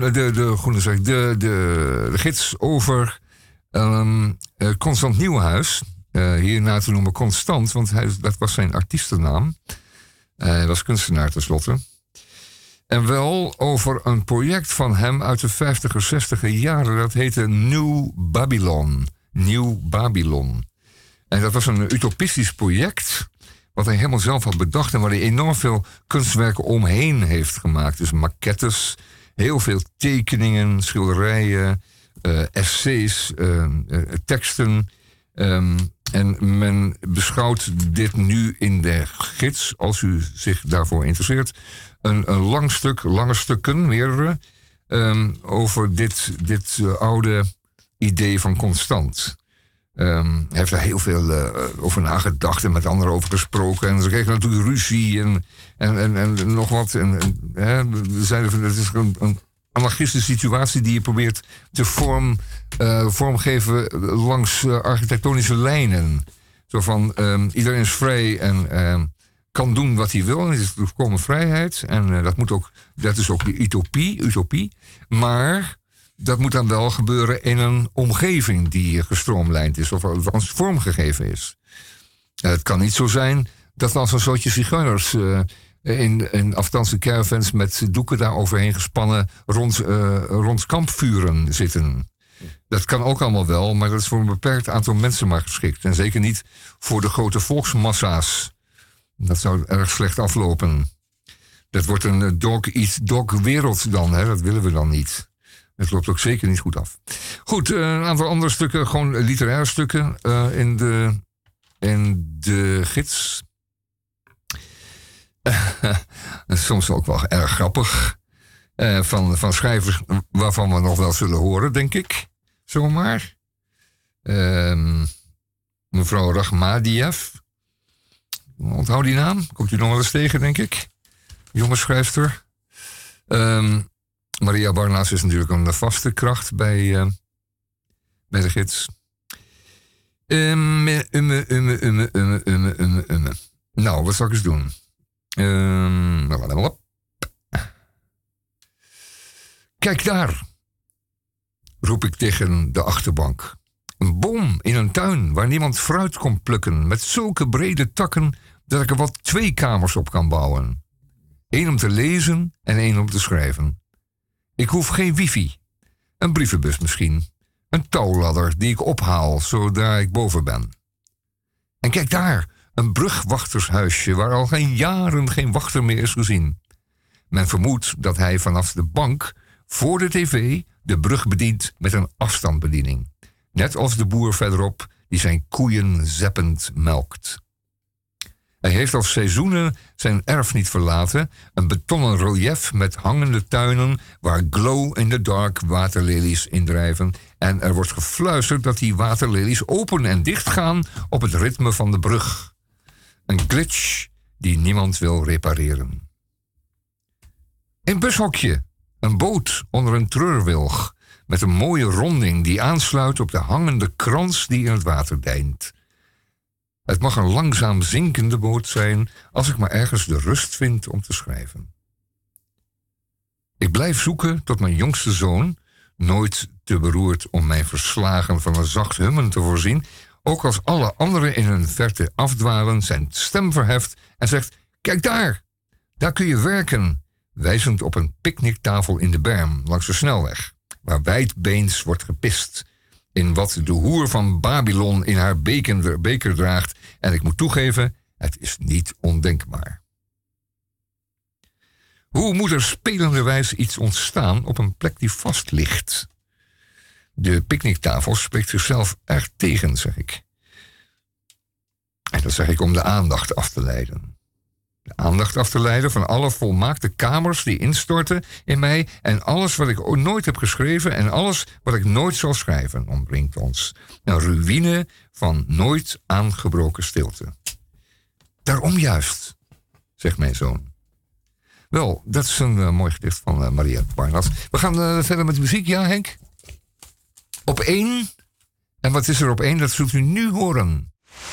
de gids over Constant Nieuwenhuis. Hierna te noemen Constant, want dat was zijn artiestennaam. Hij was kunstenaar tenslotte. En wel over een project van hem uit de 50er, 60er jaren. Dat heette New Babylon. Nieuw Babylon. En dat was een utopistisch project wat hij helemaal zelf had bedacht en waar hij enorm veel kunstwerken omheen heeft gemaakt. Dus maquettes, heel veel tekeningen, schilderijen, essays, teksten. En men beschouwt dit nu in de gids, als u zich daarvoor interesseert, een lange stukken, meerdere, over dit oude idee van constant. Hij heeft er heel veel over nagedacht en met anderen over gesproken. En ze kregen natuurlijk ruzie en nog wat. We zeiden van, het is een anarchistische situatie die je probeert te vormgeven langs architectonische lijnen. Zo van, iedereen is vrij en kan doen wat hij wil. Het is volkomen vrijheid. En dat is ook de utopie. Maar dat moet dan wel gebeuren in een omgeving die gestroomlijnd is of althans vormgegeven is. Het kan niet zo zijn dat als een soortje zigeuners in afstandse caravans met doeken daar overheen gespannen rond kampvuren zitten. Dat kan ook allemaal wel, maar dat is voor een beperkt aantal mensen maar geschikt. En zeker niet voor de grote volksmassa's. Dat zou erg slecht aflopen. Dat wordt een dog-eat-dog wereld dan, hè? Dat willen we dan niet. Het loopt ook zeker niet goed af. Goed, een aantal andere stukken, gewoon literaire stukken in de gids. Soms ook wel erg grappig. Van schrijvers waarvan we nog wel zullen horen, denk ik. Zomaar. Mevrouw Rahmadiev. Onthoud die naam. Komt u nog wel eens tegen, denk ik. Jonge schrijfster. Maria Barnas is natuurlijk een vaste kracht bij de gids. Nou, wat zal ik eens doen? Kijk daar, roep ik tegen de achterbank. Een boom in een tuin waar niemand fruit kon plukken, met zulke brede takken dat ik er wat 2 kamers op kan bouwen. 1 om te lezen en 1 om te schrijven. Ik hoef geen wifi. Een brievenbus misschien. Een touwladder die ik ophaal zodra ik boven ben. En kijk daar, een brugwachtershuisje waar al jaren geen wachter meer is gezien. Men vermoedt dat hij vanaf de bank voor de tv de brug bedient met een afstandsbediening. Net als de boer verderop die zijn koeien zeppend melkt. Hij heeft al seizoenen zijn erf niet verlaten, een betonnen relief met hangende tuinen waar glow-in-the-dark waterlelies indrijven. En er wordt gefluisterd dat die waterlelies open en dicht gaan op het ritme van de brug. Een glitch die niemand wil repareren. Een bushokje, een boot onder een treurwilg, met een mooie ronding die aansluit op de hangende krans die in het water deint. Het mag een langzaam zinkende boot zijn als ik maar ergens de rust vind om te schrijven. Ik blijf zoeken tot mijn jongste zoon, nooit te beroerd om mijn verslagen van een zacht hummen te voorzien, ook als alle anderen in hun verte afdwalen, zijn stem verheft en zegt: kijk daar kun je werken, wijzend op een picknicktafel in de berm langs de snelweg, waar wijdbeens wordt gepist, in wat de hoer van Babylon in haar beker draagt, en ik moet toegeven, het is niet ondenkbaar. Hoe moet er spelenderwijs iets ontstaan op een plek die vast ligt? De picknicktafel spreekt zichzelf erg tegen, zeg ik. En dat zeg ik om de aandacht af te leiden. De aandacht af te leiden van alle volmaakte kamers die instorten in mij en alles wat ik nooit heb geschreven en alles wat ik nooit zal schrijven, omringt ons. Een ruïne van nooit aangebroken stilte. Daarom juist, zegt mijn zoon. Wel, dat is een mooi gedicht van Maria Barnard. We gaan verder met de muziek, ja Henk? Op 1. En wat is er op 1? Dat zult u nu horen.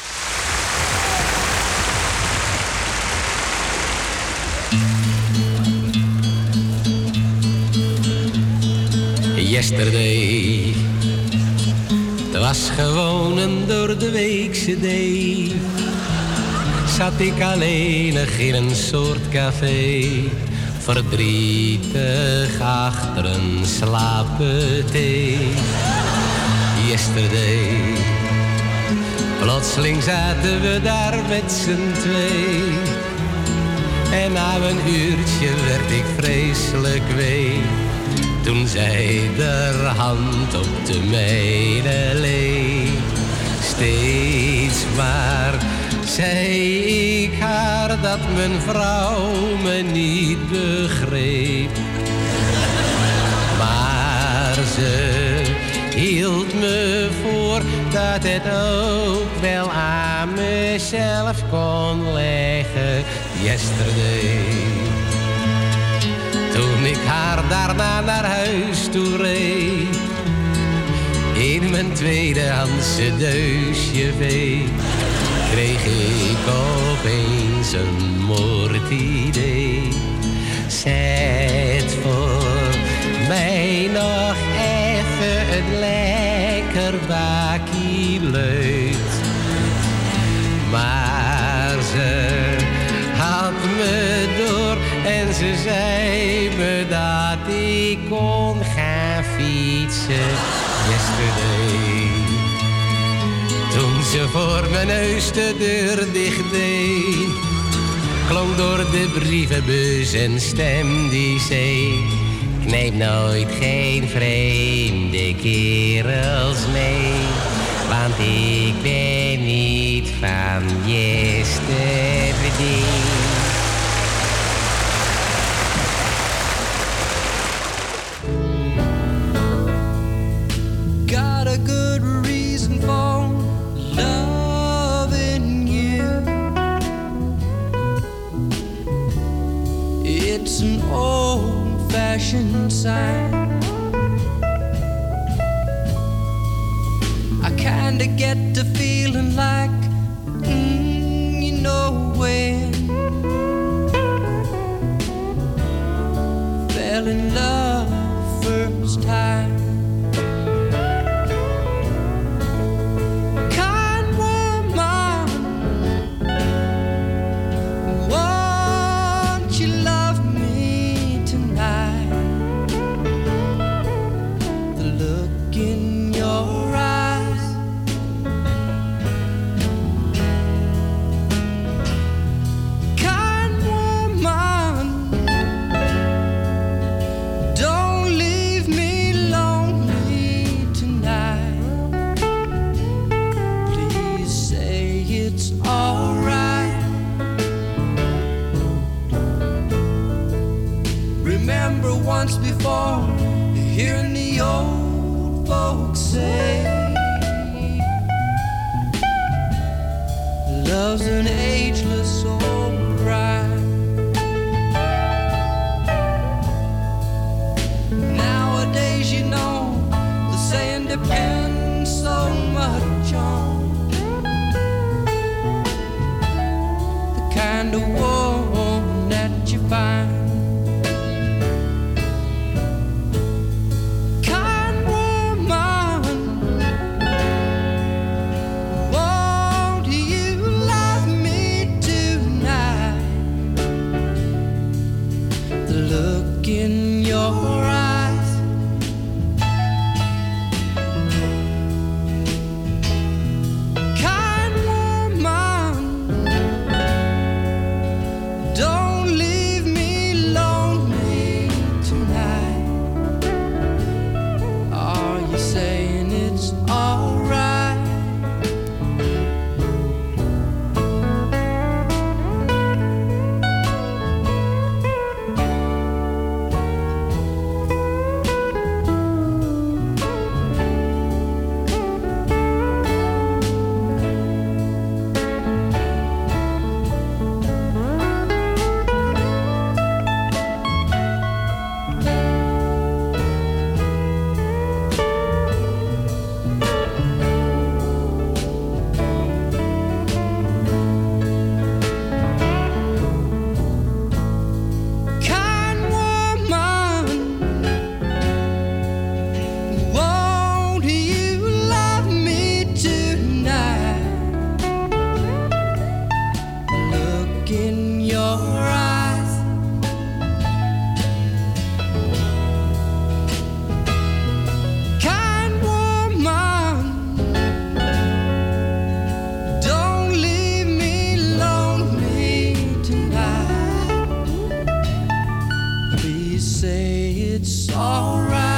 Yesterday, het was gewoon een door de weekse day. Zat ik alleenig in een soort café, verdrietig achter een slaapthee. Yesterday, plotseling zaten we daar met z'n twee. En na een uurtje werd ik vreselijk wee. Toen zij de hand op de mijne leek. Steeds maar zei ik haar dat mijn vrouw me niet begreep. Maar ze hield me voor dat het ook wel aan mezelf kon liggen. Yesterday. Toen ik haar daarna naar huis toe reed, in mijn tweedehandse deusje vee, kreeg ik opeens een moordidee. Zet voor mij nog even een lekker bakkie leut. Maar ze had me door en ze zei me dat ik kon gaan fietsen. Yesterday. Toen ze voor mijn neus de deur dicht deed, klonk door de brievenbus een stem die zei: knijp nooit geen vreemde kerels mee, want ik ben niet van yesterday. Got a good reason for loving you. It's an old-fashioned sign. I kinda get the feeling like, you know when. Fell in love first time. Once before, hearing the old folks say, love's an ageless old bride. Nowadays, you know, spine. Kind woman, won't you love me tonight? The look in your eyes, kind woman, don't leave me lonely tonight. Are you saying it's alright? Kind woman, won't you love me tonight? Look in your eyes, kind woman, don't leave me lonely tonight. Please say it's alright.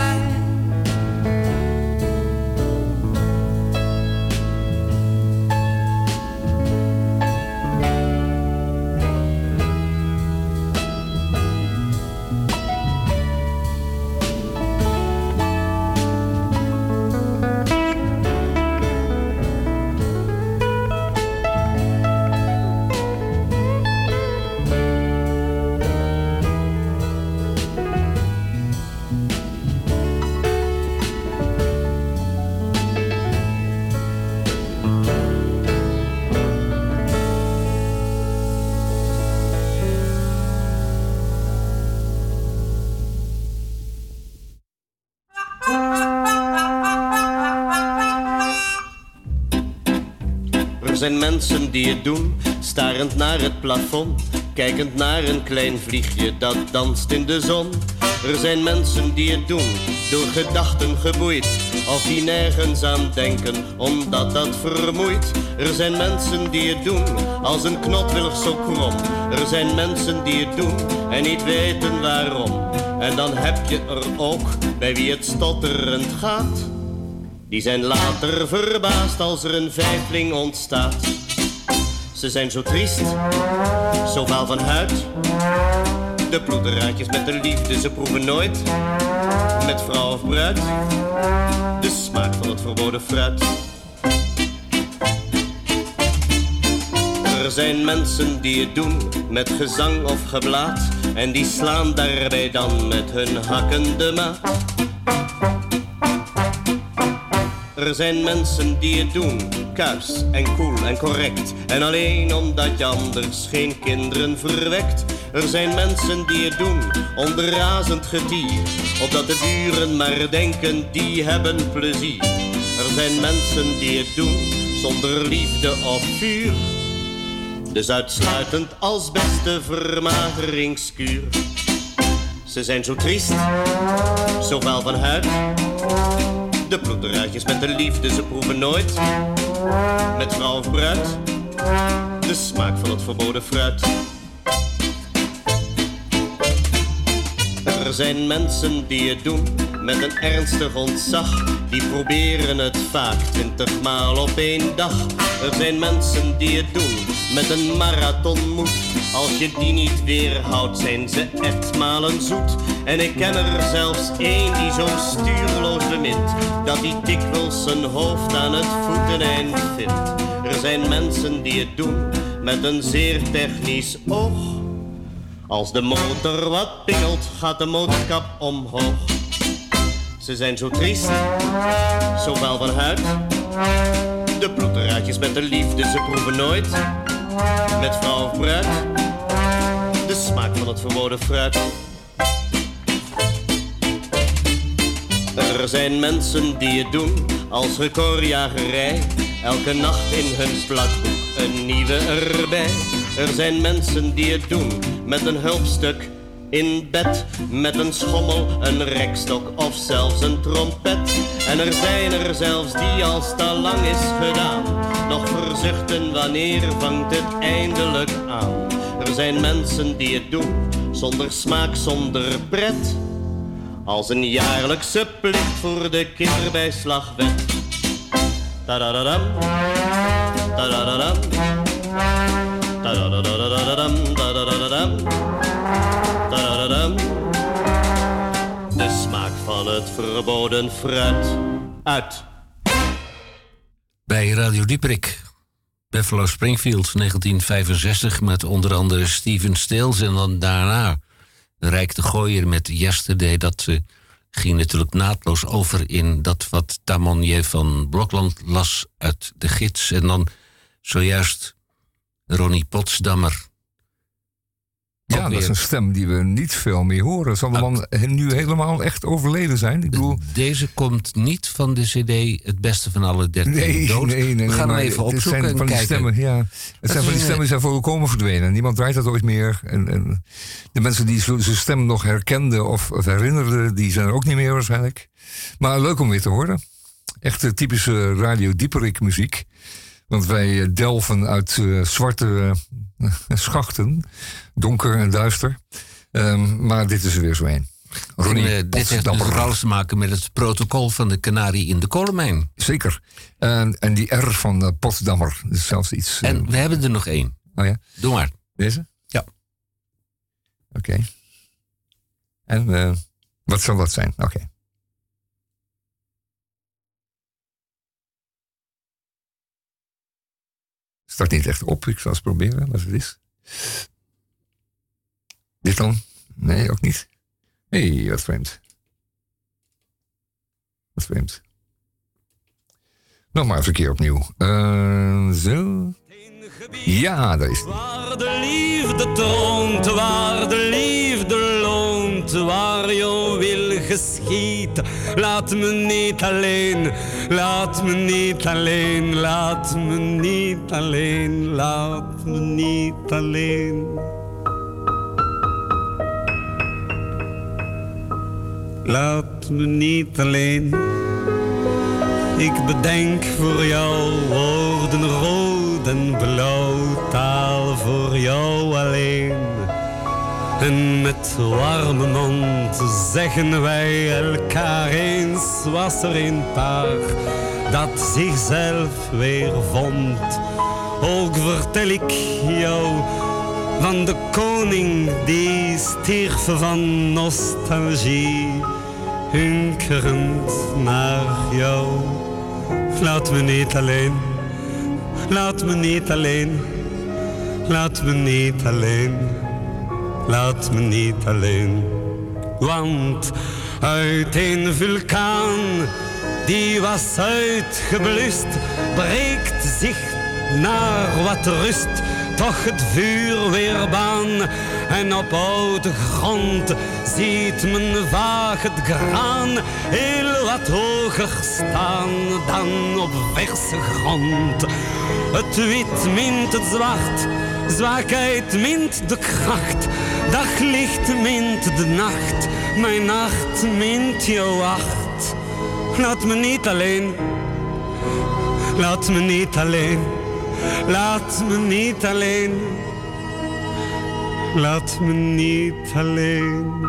Er zijn mensen die het doen, starend naar het plafond, kijkend naar een klein vliegje dat danst in de zon. Er zijn mensen die het doen, door gedachten geboeid, of die nergens aan denken, omdat dat vermoeit. Er zijn mensen die het doen, als een knotwillig zo krom. Er zijn mensen die het doen, en niet weten waarom. En dan heb je er ook, bij wie het stotterend gaat. Die zijn later verbaasd als er een vijfling ontstaat. Ze zijn zo triest, zo vaal van huid. De ploeteraadjes met de liefde, ze proeven nooit, met vrouw of bruid, de smaak van het verboden fruit. Er zijn mensen die het doen met gezang of geblaat, en die slaan daarbij dan met hun hakkende maat. Er zijn mensen die het doen, kuis en koel en correct, en alleen omdat je anders geen kinderen verwekt. Er zijn mensen die het doen onder razend getier, opdat de buren maar denken die hebben plezier. Er zijn mensen die het doen zonder liefde of vuur, dus uitsluitend als beste vermageringskuur. Ze zijn zo triest, zo vaal van huid. De ploeteraadjes met de liefde, ze proeven nooit, met vrouw of bruid, de smaak van het verboden fruit. Er zijn mensen die het doen met een ernstig ontzag, die proberen het vaak 20 maal op één dag. Er zijn mensen die het doen met een marathonmoed, als je die niet weerhoudt zijn ze etmalen zoet. En ik ken er zelfs één die zo stuurloos bemint, dat hij dikwijls zijn hoofd aan het voeteneind vindt. Er zijn mensen die het doen met een zeer technisch oog, als de motor wat pingelt gaat de motorkap omhoog. Ze zijn zo triest, zo vaal van huid. De ploeteraadjes met de liefde, ze proeven nooit, met vrouw of bruid, de smaak van het verboden fruit. Er zijn mensen die het doen als recordjagerij. Elke nacht in hun plakboek een nieuwe erbij. Er zijn mensen die het doen met een hulpstuk in bed. Met een schommel, een rekstok of zelfs een trompet. En er zijn er zelfs die als het al lang is gedaan nog verzuchten wanneer vangt het eindelijk aan. Er zijn mensen die het doen zonder smaak, zonder pret. Als een jaarlijkse plicht voor de kinderbijslagwet. Ta-da-da-dam, ta-da-da-dam, ta-da-da-da-da-dam, ta-da-da-da-dam, ta-da-da-dam. De smaak van het verboden fruit uit. Bij Radio Dieperik, Buffalo Springfield, 1965... met onder andere Steven Stills en dan daarna Rijk de Gooier met Yesterday. Dat ging natuurlijk naadloos over in dat wat Tamonier van Blokland las uit de gids. En dan zojuist Ronnie Potsdammer. Ja, dat is een stem die we niet veel meer horen. Zal de man nu helemaal echt overleden zijn? Ik bedoel... Deze komt niet van de cd Het Beste van alle 13 dood. Nee, we gaan hem even opzoeken en kijken. Stemmen, ja. Het zijn van die stemmen zijn volkomen verdwenen. Niemand draait dat ooit meer. En de mensen die zijn stem nog herkenden of herinnerden, die zijn er ook niet meer waarschijnlijk. Maar leuk om weer te horen. Echt typische Radio Dieperik muziek. Want wij delven uit zwarte schachten. Donker en duister. Maar dit is er weer zo een. Dit heeft dus alles te maken met het protocol van de kanarie in de kolenmijn. Zeker. En die R van Potsdammer. Dat is zelfs iets... En we hebben er nog één. Oh ja? Doe maar. Deze? Ja. Oké. En wat zal dat zijn? Oké. Start niet echt op. Ik zal eens proberen wat het is. Dit dan? Nee, ook niet. Hé, wat vreemd. Wat vreemd. Nog maar eens een keer opnieuw. Zo. Ja, daar is het. Waar de liefde toont, waar de liefde loont, waar jouw wil geschiet. Laat me niet alleen, laat me niet alleen, laat me niet alleen, laat me niet alleen. Laat me niet alleen. Ik bedenk voor jou woorden rood en blauw, taal voor jou alleen. En met warme mond zeggen wij elkaar eens, was er een paar dat zichzelf weer vond. Ook vertel ik jou van de koning die stierf van nostalgie, hunkerend naar jou. Laat me niet alleen, laat me niet alleen, laat me niet alleen, laat me niet alleen. Want uit een vulkaan die was uitgeblust, breekt zich naar wat rust toch het vuur weer baan. En op oude grond ziet men vaag het graan heel wat hoger staan dan op verse grond. Het wit mint het zwart, zwakheid mint de kracht, daglicht mint de nacht, mijn nacht mint jouw wacht. Laat me niet alleen, laat me niet alleen, laat me niet alleen, laat me niet alleen.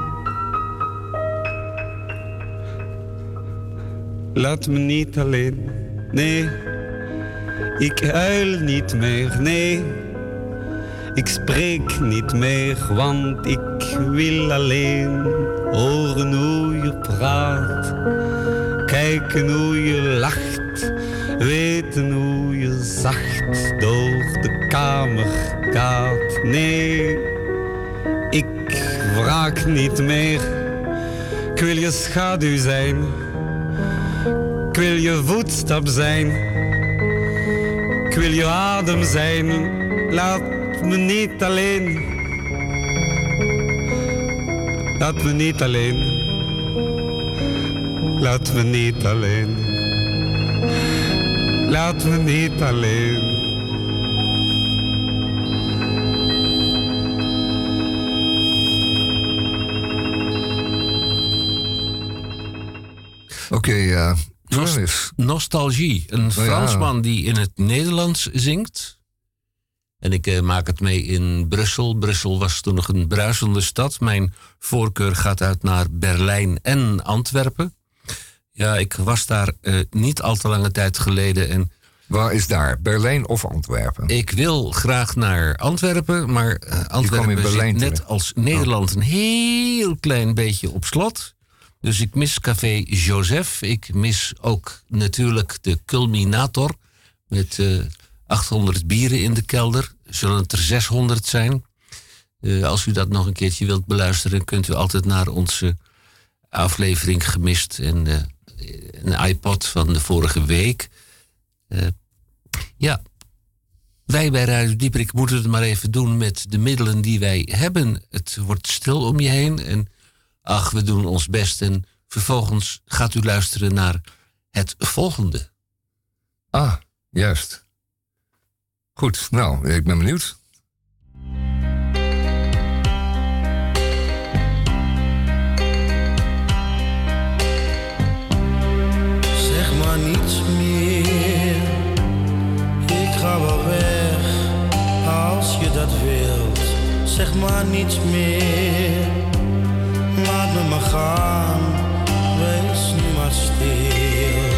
Laat me niet alleen, nee, ik huil niet meer, nee, ik spreek niet meer, want ik wil alleen horen hoe je praat, kijken hoe je lacht, weten hoe je zacht door de kamer gaat. Nee, ik wraak niet meer, ik wil je schaduw zijn, ik wil je voetstap zijn, ik wil je adem zijn. Laat me niet alleen, Laat me niet alleen. Laat me niet alleen. Laat me niet alleen. Oké, Nostalgie. Een Fransman die in het Nederlands zingt. En ik maak het mee in Brussel. Brussel was toen nog een bruisende stad. Mijn voorkeur gaat uit naar Berlijn en Antwerpen. Ja, ik was daar niet al te lange tijd geleden. En waar is daar? Berlijn of Antwerpen? Ik wil graag naar Antwerpen, maar Antwerpen zit net als Nederland een heel klein beetje op slot. Dus ik mis Café Joseph. Ik mis ook natuurlijk de Culminator met 800 bieren in de kelder. Zullen het er 600 zijn? Als u dat nog een keertje wilt beluisteren, kunt u altijd naar onze aflevering Gemist en een iPod van de vorige week. Ja, wij bij Radio Dieprik moeten het maar even doen met de middelen die wij hebben. Het wordt stil om je heen en ach, we doen ons best. En vervolgens gaat u luisteren naar het volgende. Ah, juist. Goed, nou, ik ben benieuwd. Zeg maar niets meer. Ik ga wel weg als je dat wilt. Zeg maar niets meer. Laat me maar gaan, wees nu maar stil.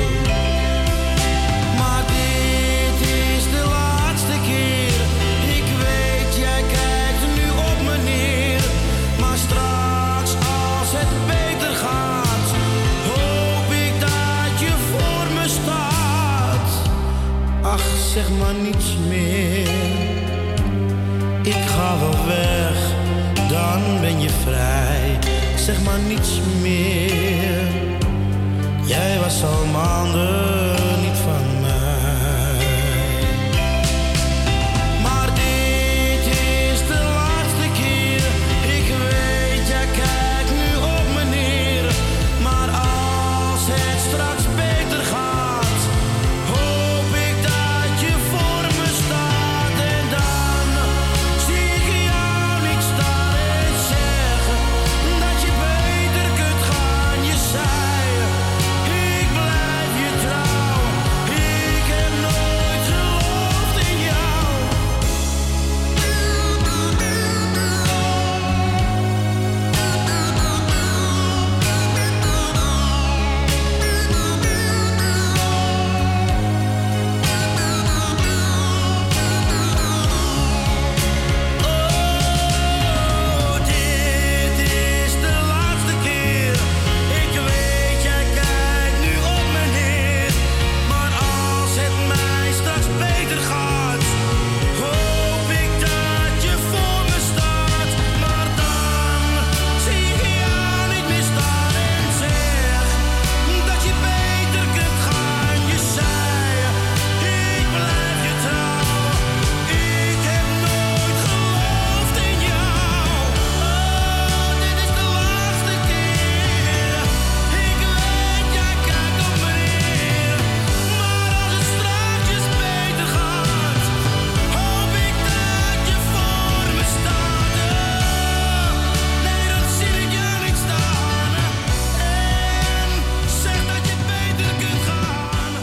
Maar dit is de laatste keer. Ik weet, jij kijkt nu op me neer. Maar straks, als het beter gaat, hoop ik dat je voor me staat. Ach, zeg maar niets meer. Ik ga wel weg, dan ben je vrij. Zeg maar niets meer. Jij was al maanden niet van mij. Maar dit is de laatste keer. Ik weet, jij kijkt nu op me neer. Maar als het straks beter gaat, hoop ik dat je voor me staat. En dan zie ik jou niet staan en zeggen dat je beter kunt gaan. Je zei, ik blijf je trouw. Ik heb nooit geloofd in jou. Oh, dit is de laatste keer. Ik weet, jij kijkt nu op me neer. Maar als het mij straks beter gaat, hoop ik dat je voor me staat. Maar dan zie ik jou niet meer staan en zeg dat je beter kunt gaan. Je zei, ik blijf je trouw. Ik heb nooit geloofd in jou. Oh, dit is de laatste keer. Ik weet, jij kijkt op me neer. Maar als het straks beter gaat, hoop ik dat je voor me staat. Nee, dan zie ik jou niet staan. En zeg dat je beter kunt gaan.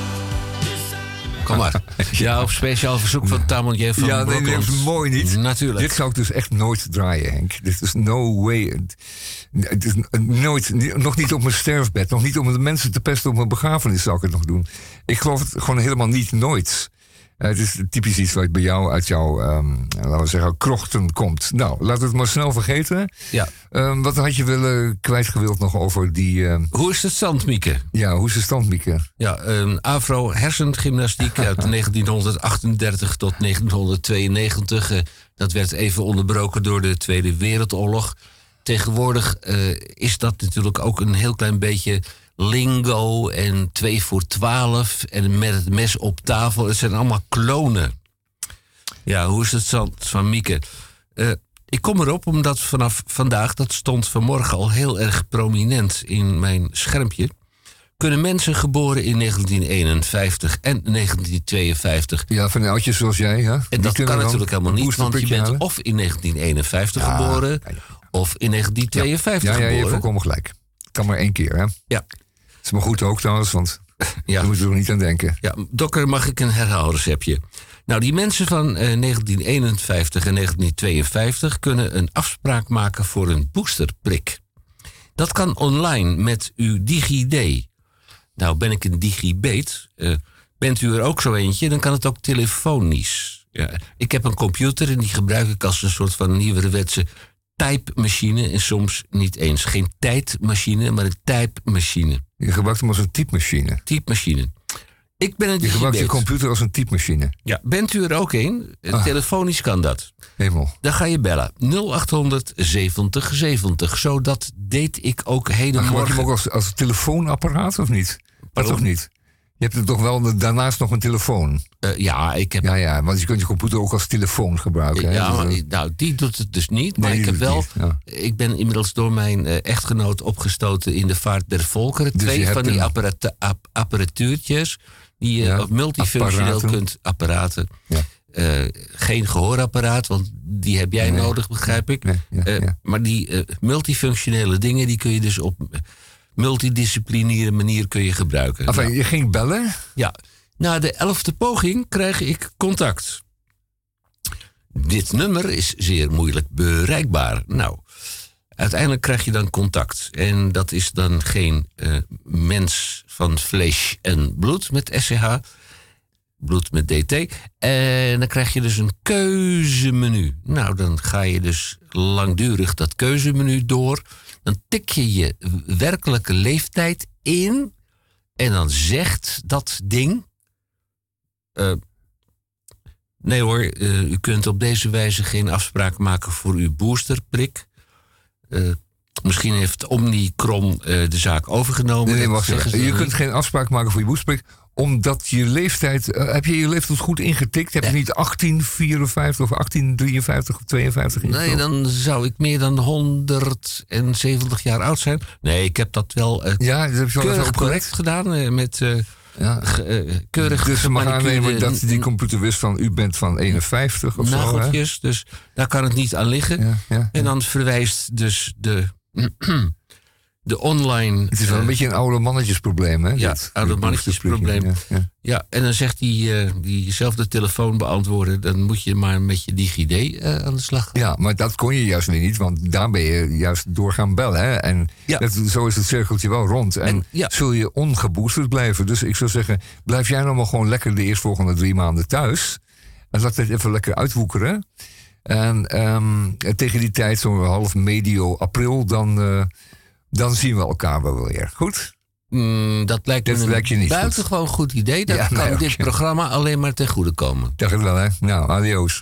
Kom maar. Ja, op speciaal verzoek van Tamon van Ja, nee, dat is mooi niet. Natuurlijk. Dit zou ik dus echt nooit draaien, Henk. Dit is no way. Het is nooit, nog niet op mijn sterfbed. Nog niet om de mensen te pesten op mijn begrafenis zou ik het nog doen. Ik geloof het gewoon helemaal niet, nooit. Het is typisch iets wat bij jou uit jouw, laten we zeggen, krochten komt. Nou, laten we het maar snel vergeten. Ja. Wat had je willen kwijtgewild nog over die... Hoe is de stand, Mieke? Ja, hoe is de stand, Mieke? Ja, afro-hersengymnastiek uit 1938 tot 1992. Dat werd even onderbroken door de Tweede Wereldoorlog. Tegenwoordig is dat natuurlijk ook een heel klein beetje lingo en 2 voor 12 en met het mes op tafel. Het zijn allemaal klonen. Ja, hoe is het stand van Mieke? Ik kom erop omdat vanaf vandaag, dat stond vanmorgen al heel erg prominent in mijn schermpje, kunnen mensen geboren in 1951 en 1952... Ja, van oudjes zoals jij, ja. En dat kan natuurlijk helemaal niet, want je bent of in 1951 geboren of in 1952 geboren. Ja, je hebt volkomen gelijk. Kan maar 1 keer, hè? Ja. Dat is maar goed ook trouwens, want daar moeten we er niet aan denken. Ja, Dokker, mag ik een herhaalreceptje? Nou, die mensen van 1951 en 1952 kunnen een afspraak maken voor een boosterprik. Dat kan online met uw DigiD. Nou, ben ik een digibeet. Bent u er ook zo eentje, dan kan het ook telefonisch. Ja, ik heb een computer en die gebruik ik als een soort van nieuwerwetse typemachine. En soms niet eens geen tijdmachine, maar een typemachine. Je gebruikt hem als een typemachine? Typemachine. Ik ben een digibeet. Je gebruikt je computer als een typemachine? Ja, bent u er ook een? Telefonisch kan dat. Hemel. Dan ga je bellen. 0800 70 70. Zo, dat deed ik ook hedenmorgen. Gebruik je hem ook als telefoonapparaat of niet? Pardon? Toch niet? Je hebt er toch wel daarnaast nog een telefoon? Ja, ik heb... Ja, want je kunt je computer ook als telefoon gebruiken. Ja, hè? maar, nou, die doet het dus niet. Maar Nee, ik heb wel... niet, ja. Ik ben inmiddels door mijn echtgenoot opgestoten in de vaart der volkeren. Dus 2 je van hebt die apparatuurtjes die je multifunctioneel kunt apparaten. Ja. Geen gehoorapparaat, want die heb jij nodig, begrijp ik. Maar die multifunctionele dingen, die kun je dus op multidisciplinaire manier kun je gebruiken. Enfin, je ging bellen? Ja. Na de 11e poging krijg ik contact. Dit nummer is zeer moeilijk bereikbaar. Nou, uiteindelijk krijg je dan contact. En dat is dan geen mens van vlees en bloed met SCH. Bloed met DT. En dan krijg je dus een keuzemenu. Nou, dan ga je dus langdurig dat keuzemenu door. Dan tik je je werkelijke leeftijd in. En dan zegt dat ding... nee hoor, u kunt op deze wijze geen afspraak maken voor uw boosterprik. Misschien heeft Omnicron de zaak overgenomen. Nee, wacht even. Je kunt geen afspraak maken voor je boosterprik, omdat je leeftijd... heb je je leeftijd goed ingetikt? Heb je niet 1854 of 1853 of 52 ingevuld? Nee, dan zou ik meer dan 170 jaar oud zijn. Nee, ik heb dat wel dat heb je wel keurig even correct gedaan. Met keurig... Dus ze mag aannemen dat die computer wist van u bent van 51 of nageltjes, zo. Dus daar kan het niet aan liggen. Ja. En dan verwijst dus de online... Het is wel een beetje een oude mannetjesprobleem, hè? Ja, oude mannetjesprobleem. Ja, en dan zegt diezelfde telefoon beantwoorden, dan moet je maar met je DigiD aan de slag gaan. Ja, maar dat kon je juist weer niet, want daar ben je juist door gaan bellen. Hè? En zo is het cirkeltje wel rond. En zul je ongeboosterd blijven. Dus ik zou zeggen, blijf jij nou maar gewoon lekker de eerstvolgende 3 maanden thuis. En laat het even lekker uitwoekeren. En tegen die tijd, zo'n half medio april, dan zien we elkaar wel weer. Goed? Dat lijkt me een buitengewoon goed idee. Dat kan dit programma alleen maar ten goede komen. Dacht het wel, hè? Nou, adios.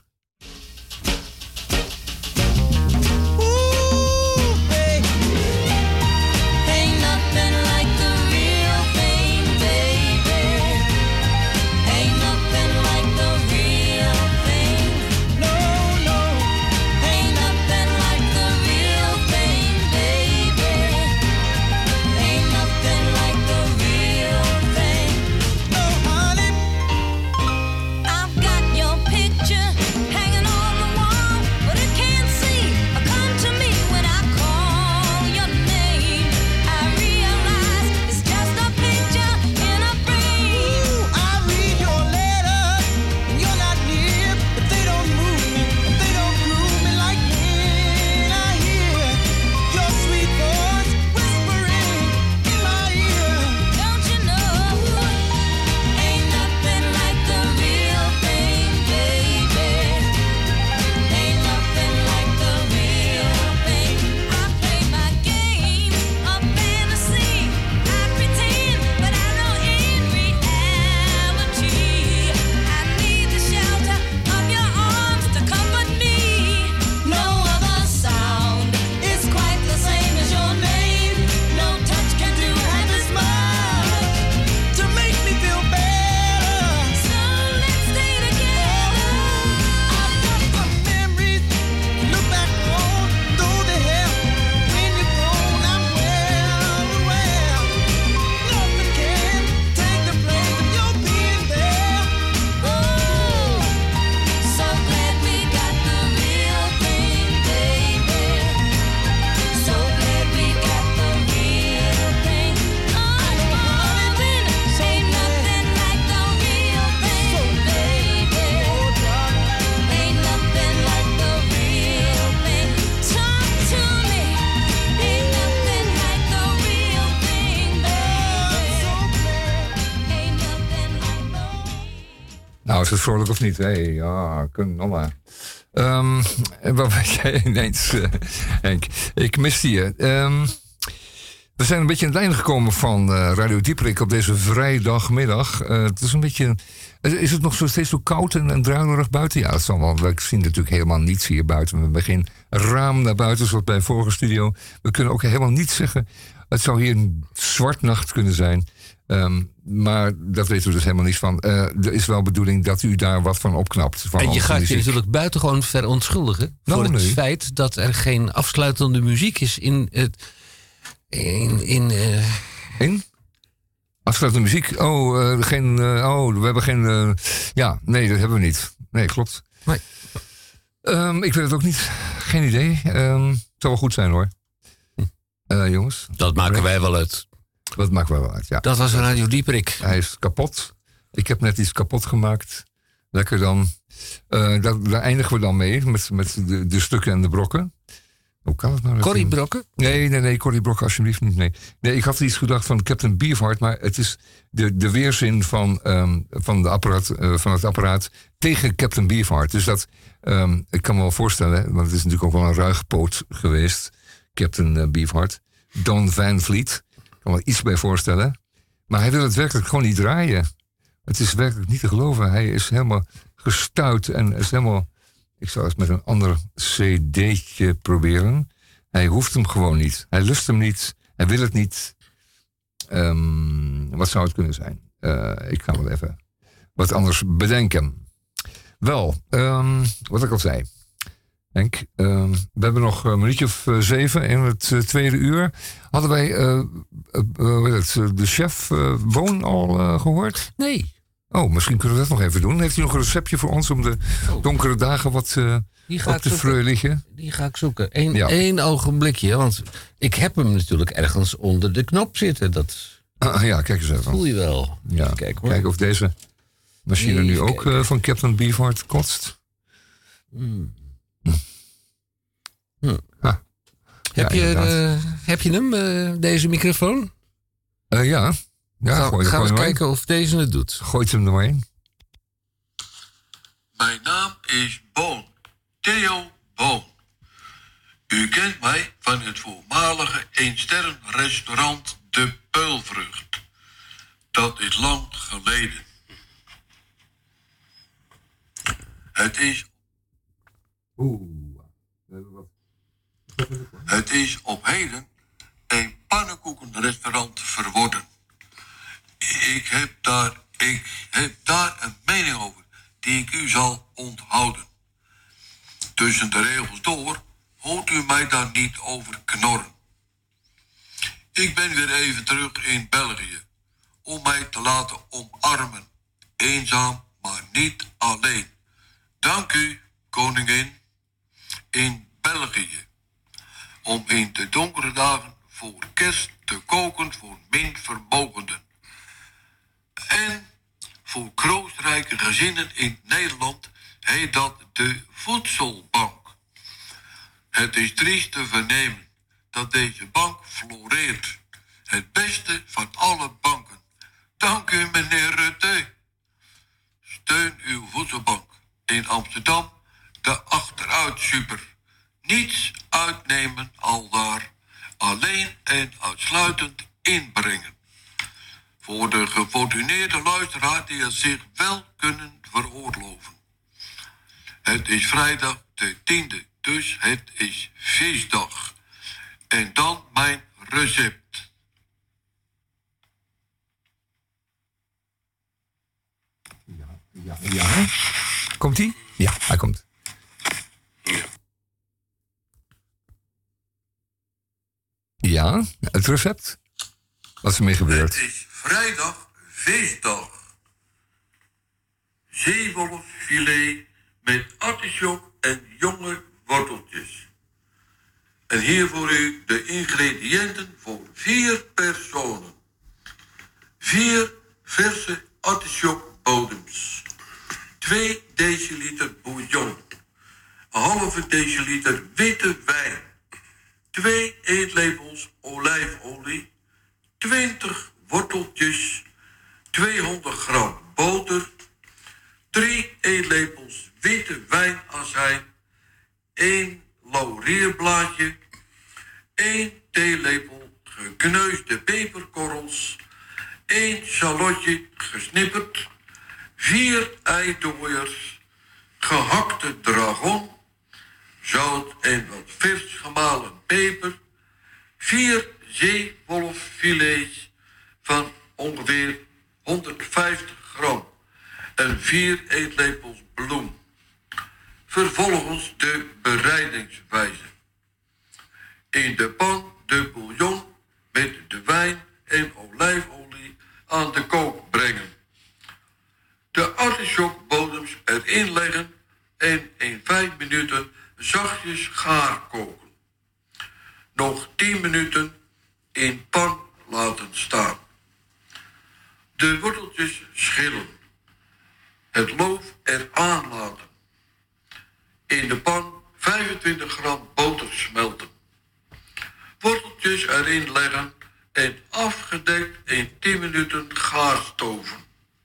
Was het vrolijk of niet? Hey, ja, knalla. Wat weet jij ineens, Henk? Ik miste je. We zijn een beetje aan het einde gekomen van Radio Dieperik op deze vrijdagmiddag. Het is een beetje... Is het nog steeds zo koud en druilerig buiten? Ja, dat zal wel. We zien natuurlijk helemaal niets hier buiten. We hebben geen raam naar buiten, zoals bij een vorige studio. We kunnen ook helemaal niets zeggen. Het zou hier een zwartnacht kunnen zijn. Maar dat weten we dus helemaal niet van. Er is wel bedoeling dat u daar wat van opknapt. Van en je gaat je natuurlijk buitengewoon verontschuldigen... voor het feit dat er geen afsluitende muziek is in het... In? Afsluitende muziek? We hebben geen... nee, dat hebben we niet. Nee, klopt. Nee. Ik weet het ook niet. Geen idee. Het zou wel goed zijn, hoor. Jongens. Dat maken wij wel uit. Dat maken wij wel uit, ja. Dat was Radio Dieperik. Hij is kapot. Ik heb net iets kapot gemaakt. Lekker dan. Daar eindigen we dan mee. Met de stukken en de brokken. Hoe kan het nou? Corrie Brokken? Nee, Corrie Brokken alsjeblieft niet. Nee, ik had iets gedacht van Captain Beefheart, maar het is de weerzin van het apparaat tegen Captain Beefheart. Dus dat, ik kan me wel voorstellen, want het is natuurlijk ook wel een ruigpoot geweest, Captain Beefheart. Don Van Vliet, ik kan me wel iets bij voorstellen. Maar hij wil het werkelijk gewoon niet draaien. Het is werkelijk niet te geloven. Hij is helemaal gestuit en is helemaal... Ik zal eens met een ander cd'tje proberen. Hij hoeft hem gewoon niet. Hij lust hem niet. Hij wil het niet. Wat zou het kunnen zijn? Ik ga wel even wat anders bedenken. Wel, wat ik al zei. Henk, we hebben nog een minuutje of 7 in het tweede uur. Hadden wij de chef Woon al gehoord? Nee. Oh, misschien kunnen we dat nog even doen. Heeft u nog een receptje voor ons om de donkere dagen wat op te freuligen? Die ga ik zoeken. Eén ogenblikje, want ik heb hem natuurlijk ergens onder de knop zitten. Dat ja, kijk eens even. Voel je wel. Ja, kijk of deze machine nu ook van Captain Beefheart kotst. Heb je hem, deze microfoon? Ja. Ja, gaan we eens kijken of deze het doet. Gooit hem er maar in. Mijn naam is Boon. Theo Boon. U kent mij van het voormalige eensterrenrestaurant De Peulvrucht. Dat is lang geleden. Het is op heden een pannenkoekenrestaurant verworden. Ik heb daar een mening over die ik u zal onthouden. Tussen de regels door hoort u mij daar niet over knorren. Ik ben weer even terug in België om mij te laten omarmen. Eenzaam, maar niet alleen. Dank u, koningin, in België. Om in de donkere dagen voor kerst te koken voor minvermogenden. En voor kroostrijke gezinnen in Nederland heet dat de voedselbank. Het is triest te vernemen dat deze bank floreert. Het beste van alle banken. Dank u, meneer Rutte. Steun uw voedselbank. In Amsterdam de achteruit super. Niets uitnemen aldaar. Alleen en uitsluitend inbrengen. Voor de gefortuneerde luisteraar die het zich wel kunnen veroorloven. Het is vrijdag de 10e, dus het is feestdag. En dan mijn recept. Ja. Komt-ie? Ja, hij komt. Ja, het recept? Wat is ermee gebeurd? Het is vrijdag feestdag. Zeewolfsfilet met artisjok en jonge worteltjes. En hier voor u de ingrediënten voor 4 personen. 4 verse artisjokbodems. 2 deciliter bouillon. Een halve deciliter witte wijn. 2 eetlepels olijfolie. 20 worteltjes. 200 gram boter. 3 eetlepels witte wijnazijn, 1 laurierblaadje, 1 theelepel gekneusde peperkorrels, 1 shallotje gesnipperd, 4 eidooiers, gehakte dragon, zout en wat vers gemalen peper, 4 zeewolffilets van ongeveer 150 gram en 4 eetlepels bloem. Vervolgens de bereidingswijze. In de pan de bouillon met de wijn en olijfolie aan de kook brengen. De artisjokbodems erin leggen en in 5 minuten zachtjes gaar koken. Nog 10 minuten in pan laten staan. De worteltjes schillen. Het loof eraan laten. In de pan 25 gram boter smelten. Worteltjes erin leggen en afgedekt in 10 minuten gaar stoven.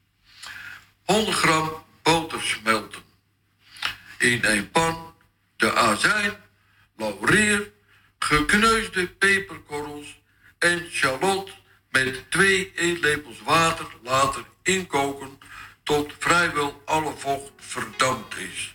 100 gram boter smelten. In een pan de azijn, laurier, gekneusde peperkorrels en shallot met 2 eetlepels water laten inkoken tot vrijwel alle vocht verdampt is.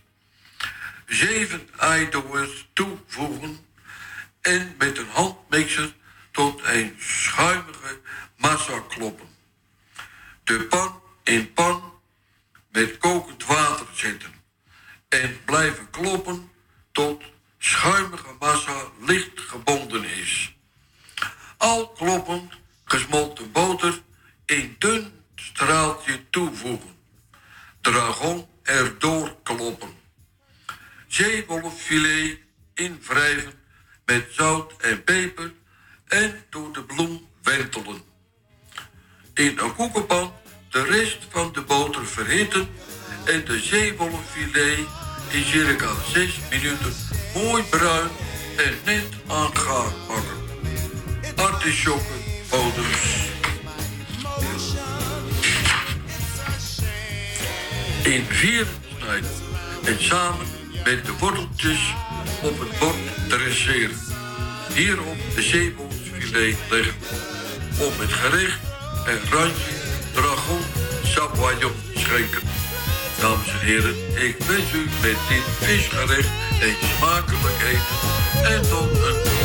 7 eidooiers toevoegen en met een handmixer tot een schuimige massa kloppen. De pan in pan met kokend water zetten en blijven kloppen tot schuimige massa licht gebonden is. Al kloppend gesmolten boter in dun straaltje toevoegen. Dragon erdoor kloppen. Zeewolffilet invrijven met zout en peper en door de bloem wentelen. In een koekenpan de rest van de boter verhitten en de zeewolffilet in circa 6 minuten mooi bruin en net aan gaar bakken. Artisjokkenbodems. In 4 snijden en samen met de worteltjes op het bord dresseren. Hierop de zeewolffilet leggen. Op het gerecht een randje dragon savoyon schenken. Dames en heren, ik wens u met dit visgerecht een smakelijk eten en tot een